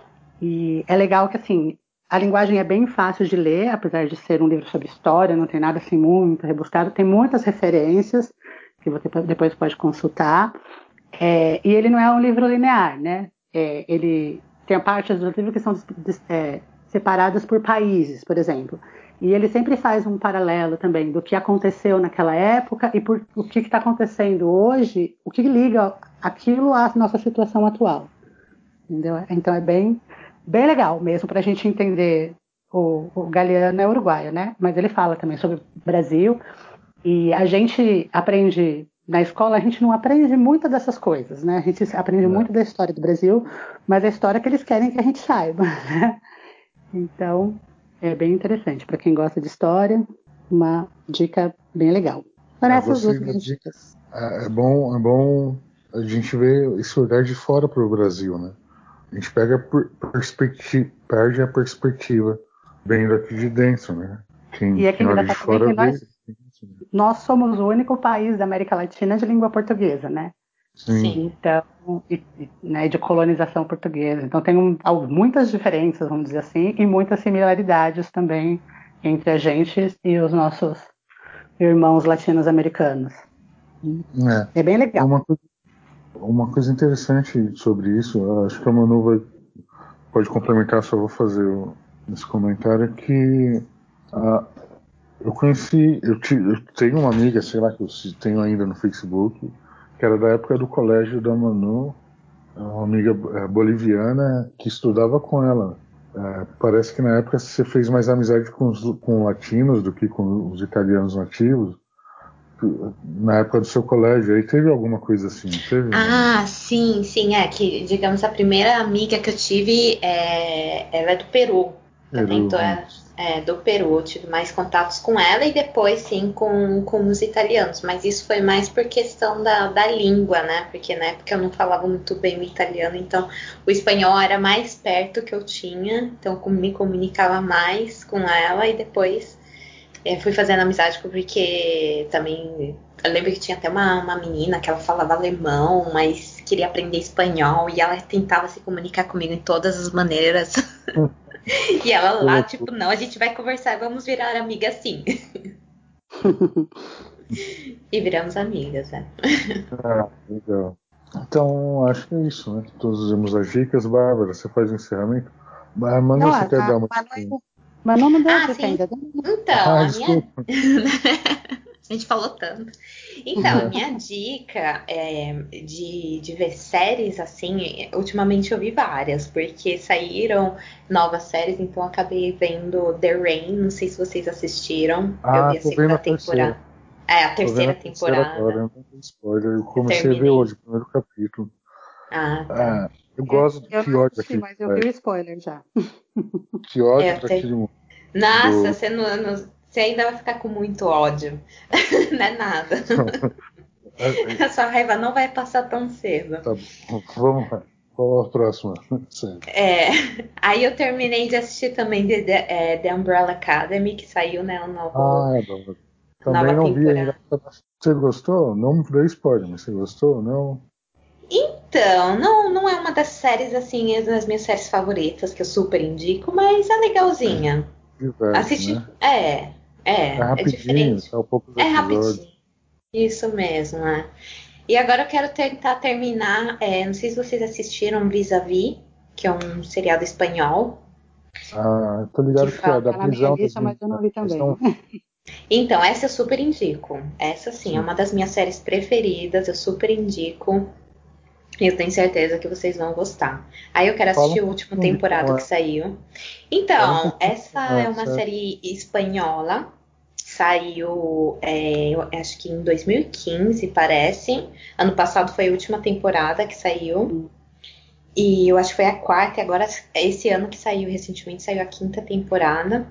E é legal que, assim, a linguagem é bem fácil de ler, apesar de ser um livro sobre história, não tem nada assim muito rebuscado, tem muitas referências que você depois pode consultar, é, e ele não é um livro linear, né? É, ele tem partes do livro que são é, separadas por países, por exemplo. E ele sempre faz um paralelo também do que aconteceu naquela época e por o que está acontecendo hoje, o que liga aquilo à nossa situação atual. Entendeu? Então é bem, bem legal mesmo para a gente entender. O, o Galeano é uruguaio, né? Mas ele fala também sobre o Brasil. E a gente aprende, na escola, a gente não aprende muitas dessas coisas, né? A gente aprende É. muito da história do Brasil, mas a história que eles querem que a gente saiba, né? Então, é bem interessante. Para quem gosta de história, uma dica bem legal. São É, essas duas você, minhas dicas. é, é bom, é bom a gente ver esse olhar de fora para o Brasil, né? A gente pega per, perspectiva, perde a perspectiva vendo aqui de dentro, né? Quem, E é que quem olha de engraçado também fora que vê. nós, nós somos o único país da América Latina de língua portuguesa, né? Sim. Então, e, né, de colonização portuguesa. Então tem um, muitas diferenças, vamos dizer assim, e muitas similaridades também entre a gente e os nossos irmãos latino-americanos. É, É bem legal. uma, uma coisa interessante sobre isso, acho que a Manu vai, pode complementar, só vou fazer o, esse comentário, que uh, eu conheci, eu, te, eu tenho uma amiga, sei lá, que eu tenho ainda no Facebook, que era da época do colégio da Manu, uma amiga é, boliviana que estudava com ela. É, parece que na época você fez mais amizade com os com latinos do que com os italianos nativos. Na época do seu colégio, aí teve alguma coisa assim, teve? Ah, sim, sim, é que, digamos, a primeira amiga que eu tive, é, ela é do Peru. Peru, Até então é, é do Peru, eu tive mais contatos com ela e depois, sim, com, com os italianos. Mas isso foi mais por questão da, da língua, né? Porque na época eu não falava muito bem o italiano, então o espanhol era mais perto que eu tinha, então eu me comunicava mais com ela e depois é, fui fazendo amizade porque também eu lembro que tinha até uma, uma menina que ela falava alemão, mas queria aprender espanhol e ela tentava se comunicar comigo em todas as maneiras. E ela lá, tipo, não, a gente vai conversar, vamos virar amiga sim. E viramos amigas, né? Ah, legal. Então, acho que é isso, né? Todos demos as dicas. Bárbara, você faz o encerramento? Ah, Manu, Não, você a, quer a dar uma Manu, Manu não deu Ah, dica sim. ainda. Então, Ah, a minha. desculpa. A gente falou tanto. Então, a minha dica é de, de ver séries, assim, ultimamente eu vi várias, porque saíram novas séries, então eu acabei vendo The Rain, não sei se vocês assistiram, eu Ah, vi a tô vendo segunda a terceira. temporada. É, a Tô vendo terceira a terceira agora, temporada, eu não tenho spoiler. Eu eu comecei a ver terminei. hoje, o primeiro capítulo. Ah, tá. Ah, eu Eu, gosto. eu Que não ódio assisti, daquele mas eu vi o moleque. spoiler já. Que ódio É, eu ter... daquele moleque. Nossa, Do... você, não, não- você ainda vai ficar com muito ódio. Não é nada. É, é, A sua raiva não vai passar tão cedo. tá bom. Vamos lá. Qual a próxima? Sério. É, aí eu terminei de assistir também The, The, é, The Umbrella Academy, que saiu, né, o novo, Ah, é adoro. Também nova não vi ainda. temporada. Você gostou? Não dei spoiler, mas você gostou? Não? Então, não, não é uma das séries, assim, das minhas séries favoritas, que eu super indico, mas é legalzinha. Diverte, Assistir, né? é, É é, é rapidinho, diferente. tá um poucos É episódios. rapidinho. Isso mesmo, é. E agora eu quero tentar terminar, é, não sei se vocês assistiram Vis-a-Vis, que é um seriado espanhol, Ah, tô que ligado que é fala. da Tá na minha prisão das lista, mas eu não meninas. vi Eles também. tão- Então, essa eu super indico. Essa sim, é Sim. uma das minhas séries preferidas, eu super indico. E eu tenho certeza que vocês vão gostar. Aí eu quero Fala um assistir a última pouquinho de temporada como que é. saiu. Fala um Então, pouquinho de essa como é é, uma certo? série espanhola. Saiu, é, eu acho que em dois mil e quinze, parece. Ano passado foi a última temporada que saiu. E eu acho que foi a quarta, e agora esse ano que saiu, recentemente saiu a quinta temporada.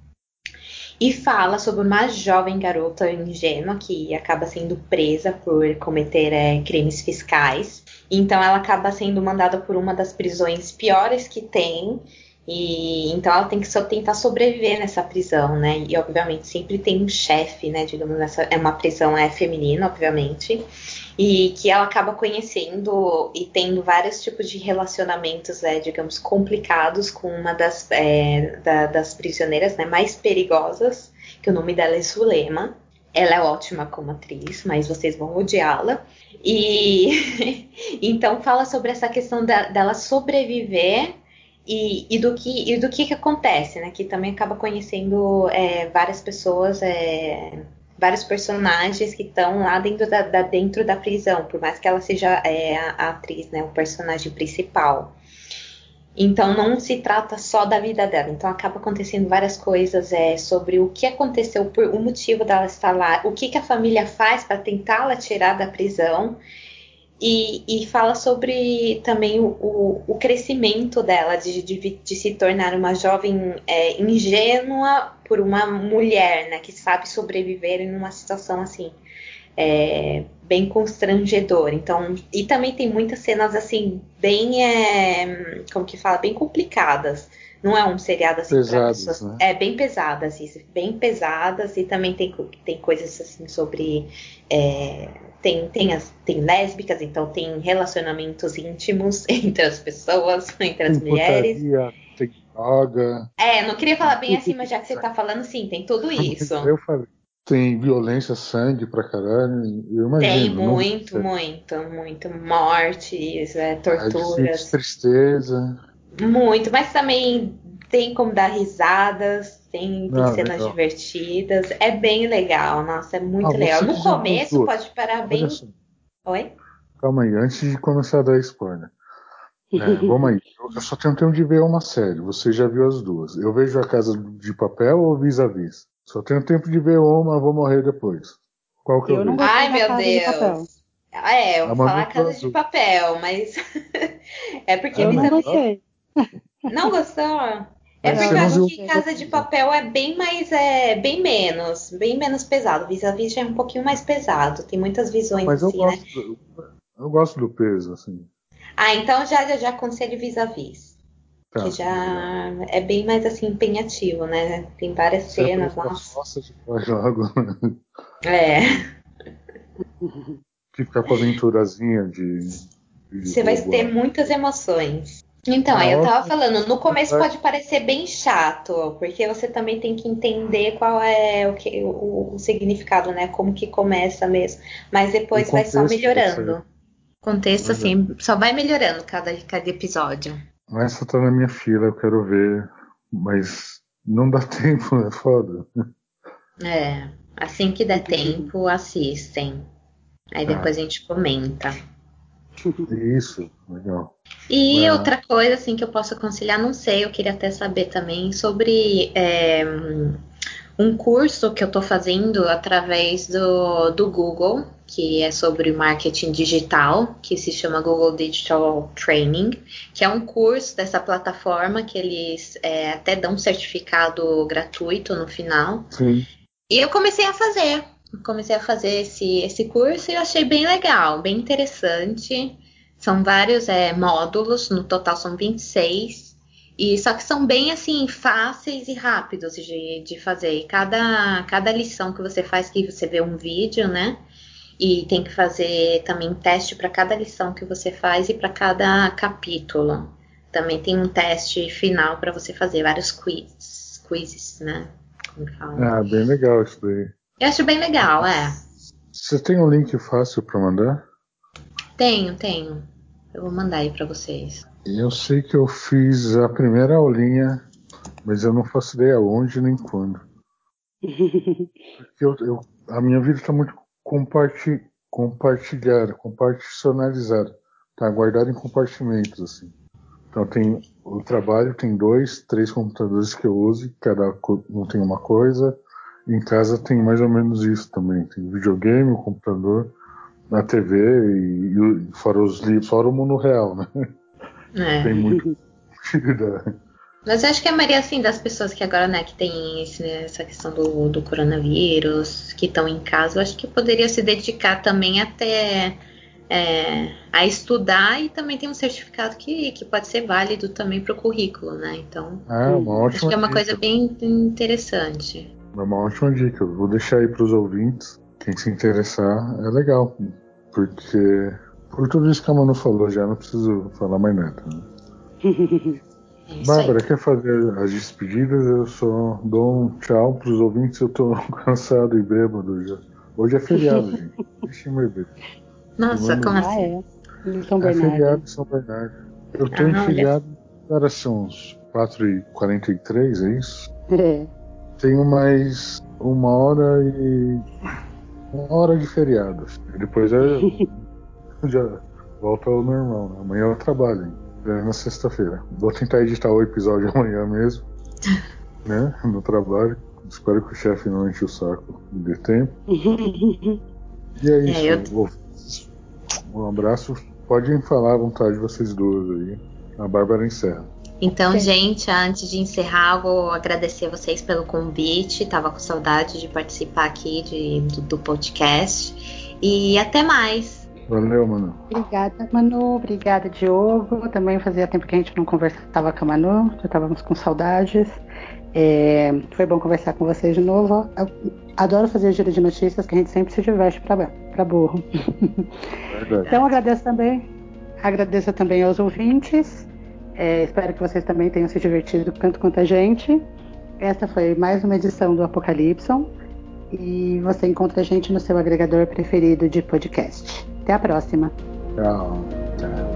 E fala sobre uma jovem garota ingênua que acaba sendo presa por cometer é, crimes fiscais. Então ela acaba sendo mandada por uma das prisões piores que tem. E então ela tem que só tentar sobreviver nessa prisão, né? E obviamente sempre tem um chefe, né? Digamos, essa é uma prisão é feminina, obviamente. E que ela acaba conhecendo e tendo vários tipos de relacionamentos, é, digamos, complicados com uma das, é, da, das prisioneiras, né, mais perigosas, que o nome dela é Zulema. Ela é ótima como atriz, mas vocês vão odiá-la. E então fala sobre essa questão da, dela sobreviver e, e do que e do que, que acontece, né? Que também acaba conhecendo é, várias pessoas, é, vários personagens que estão lá dentro da, da, dentro da prisão, por mais que ela seja é, a, a atriz, né? O personagem principal. Então não se trata só da vida dela. Então acaba acontecendo várias coisas é, sobre o que aconteceu, por o motivo dela estar lá, o que, que a família faz para tentá-la tirar da prisão. E, e fala sobre também o, o, o crescimento dela, de, de, de se tornar uma jovem é, ingênua por uma mulher, né, que sabe sobreviver em uma situação assim, é, bem constrangedora. Então, e também tem muitas cenas assim, bem, é, como que fala, bem complicadas. Não é um seriado assim para Pesados, pessoas. né? É bem pesadas, isso, bem pesadas, e também tem, tem coisas assim sobre. É, tem, tem, as, tem lésbicas, então tem relacionamentos íntimos entre as pessoas, entre as Tem mulheres. putaria, tem droga. É, não queria falar bem assim, Tudo mas que já que você sai. tá falando, sim, tem tudo isso. Mas eu falei. Tem violência, sangue pra caralho. Eu Tem imagino, não vi muito, sério. muito, muito mortes, é, Ah, difícil, torturas, tristeza. muito, mas também tem como dar risadas, tem, tem Não, cenas legal. divertidas, é bem legal, nossa, é Ah, muito legal. você No que já viu as começo duas. pode parar Olha bem. só. Oi? Calma aí, antes de começar a dar spoiler. É, vamos aí. Eu eu só tenho tempo de ver uma série. Você já viu as duas. Eu vejo A Casa de Papel ou Vis-a-Vis? Só tenho tempo de ver uma, vou morrer depois. Qual que eu Eu não vejo? gostei Ai, da meu Casa de Papel. Deus. Ah, é, eu A vou Manu falar viu Casa as de duas. Papel, mas é porque Ah, Eu não não. Ah, Vis-a-Vis gostei. não gostou? É mas porque Não, você eu não não acho viu que gostei. Casa de Vis-a-Vis, né? Papel é bem mais, é, bem menos, bem menos pesado. Vis-a-Vis já é um pouquinho mais pesado, tem muitas Não, visões mas eu assim, né? gosto do, eu gosto do peso, assim. Ah, então já, já, já aconselho Vis-a-Vis, que Tá, legal. já é bem mais assim empenhativo, né? Tem várias Se é pra ir cenas, pras nossa. costas, vai logo. É, Ficar com a aventurazinha de, de você vai ter roubo. muitas emoções. Então, Ah, aí eu tava óbvio. falando, no começo Vontade. pode parecer bem chato, porque você também tem que entender qual é o, que, o, o significado, né? Como que começa mesmo. Mas E o depois vai só contexto da série. melhorando. O contexto, Verdade. assim, só vai melhorando cada, cada episódio. Essa tá na minha fila, eu quero ver. Mas não dá tempo, é foda. É, assim que der tempo, assistem. Aí Tá. depois a gente comenta. Isso, legal. E É, outra coisa assim que eu posso aconselhar, não sei, eu queria até saber também sobre é, um curso que eu estou fazendo através do, do Google, que é sobre marketing digital, que se chama Google Digital Training, que é um curso dessa plataforma que eles é, até dão um certificado gratuito no final. sim. E eu comecei a fazer. Comecei a fazer esse, esse curso e eu achei bem legal, bem interessante. São vários é, módulos, no total são vinte e seis. E só que são bem assim fáceis e rápidos de, de fazer. E cada, cada lição que você faz, que você vê um vídeo, né? E tem que fazer também teste para cada lição que você faz e para cada capítulo. Também tem um teste final para você fazer, vários quizzes, quizzes, né? Como fala. Ah, bem legal isso daí. Eu acho bem legal, é. Você tem um link fácil para mandar? Tenho, tenho. Eu vou mandar aí para vocês. Eu sei que eu fiz a primeira aulinha, mas eu não faço ideia onde nem quando. Porque eu, eu, a minha vida está muito comparti, compartilhada, comparticionalizada. Está guardada em compartimentos, assim. Então tem o trabalho, tem dois, três computadores que eu uso, cada um tem uma coisa. Em casa tem mais ou menos isso também. Tem videogame, o computador, a T V e, e fora os livros, fora o mundo real, né? É. Tem muito utilidade. Mas eu acho que a maioria assim, das pessoas que agora, né, que tem esse, né, essa questão do, do coronavírus, que estão em casa, eu acho que poderia se dedicar também até é, a estudar, e também tem um certificado que, que pode ser válido também para o currículo, né? Então, Ah, uma ótima acho que é uma dica. coisa bem interessante. É uma ótima dica. Eu vou deixar aí para os ouvintes. Quem se interessar, é legal. Porque, por tudo isso que a Manu falou, já não preciso falar mais nada. Né? É isso Bárbara, aí. quer fazer as despedidas? Eu só dou um tchau para os ouvintes. Eu tô cansado e bêbado já. Hoje é feriado, gente. Deixa eu beber. Nossa, como Ah, assim? é. Em São É feriado Bernardo. em São Bernardo. Eu tô em Ah, olha. feriado, agora são uns quatro e quarenta e três, é isso? É. Tenho mais uma hora e. Uma hora de feriado. Depois eu já volto ao normal. Né? Amanhã eu trabalho, hein? É na sexta-feira. Vou tentar editar o episódio amanhã mesmo, né? No trabalho. Espero que o chefe não enche o saco e dê tempo. E é isso. É, eu... Um abraço. Podem falar à vontade vocês duas aí. A Bárbara encerra. Então, Sim. gente, antes de encerrar, vou agradecer vocês pelo convite. Tava com saudade de participar aqui de, do, do podcast. E até mais. Valeu, Manu. Obrigada, Manu. Obrigada, Diogo. Também fazia tempo que a gente não conversava com a Manu. Já estávamos com saudades. É, foi bom conversar com vocês de novo. Eu adoro fazer giro de notícias, que a gente sempre se diverte para burro. Verdade. Então, agradeço também. Agradeço também aos ouvintes. É, espero que vocês também tenham se divertido tanto quanto a gente. Essa foi mais uma edição do Apocalipson. E você encontra a gente no seu agregador preferido de podcast. Até a próxima. Tchau. Tchau.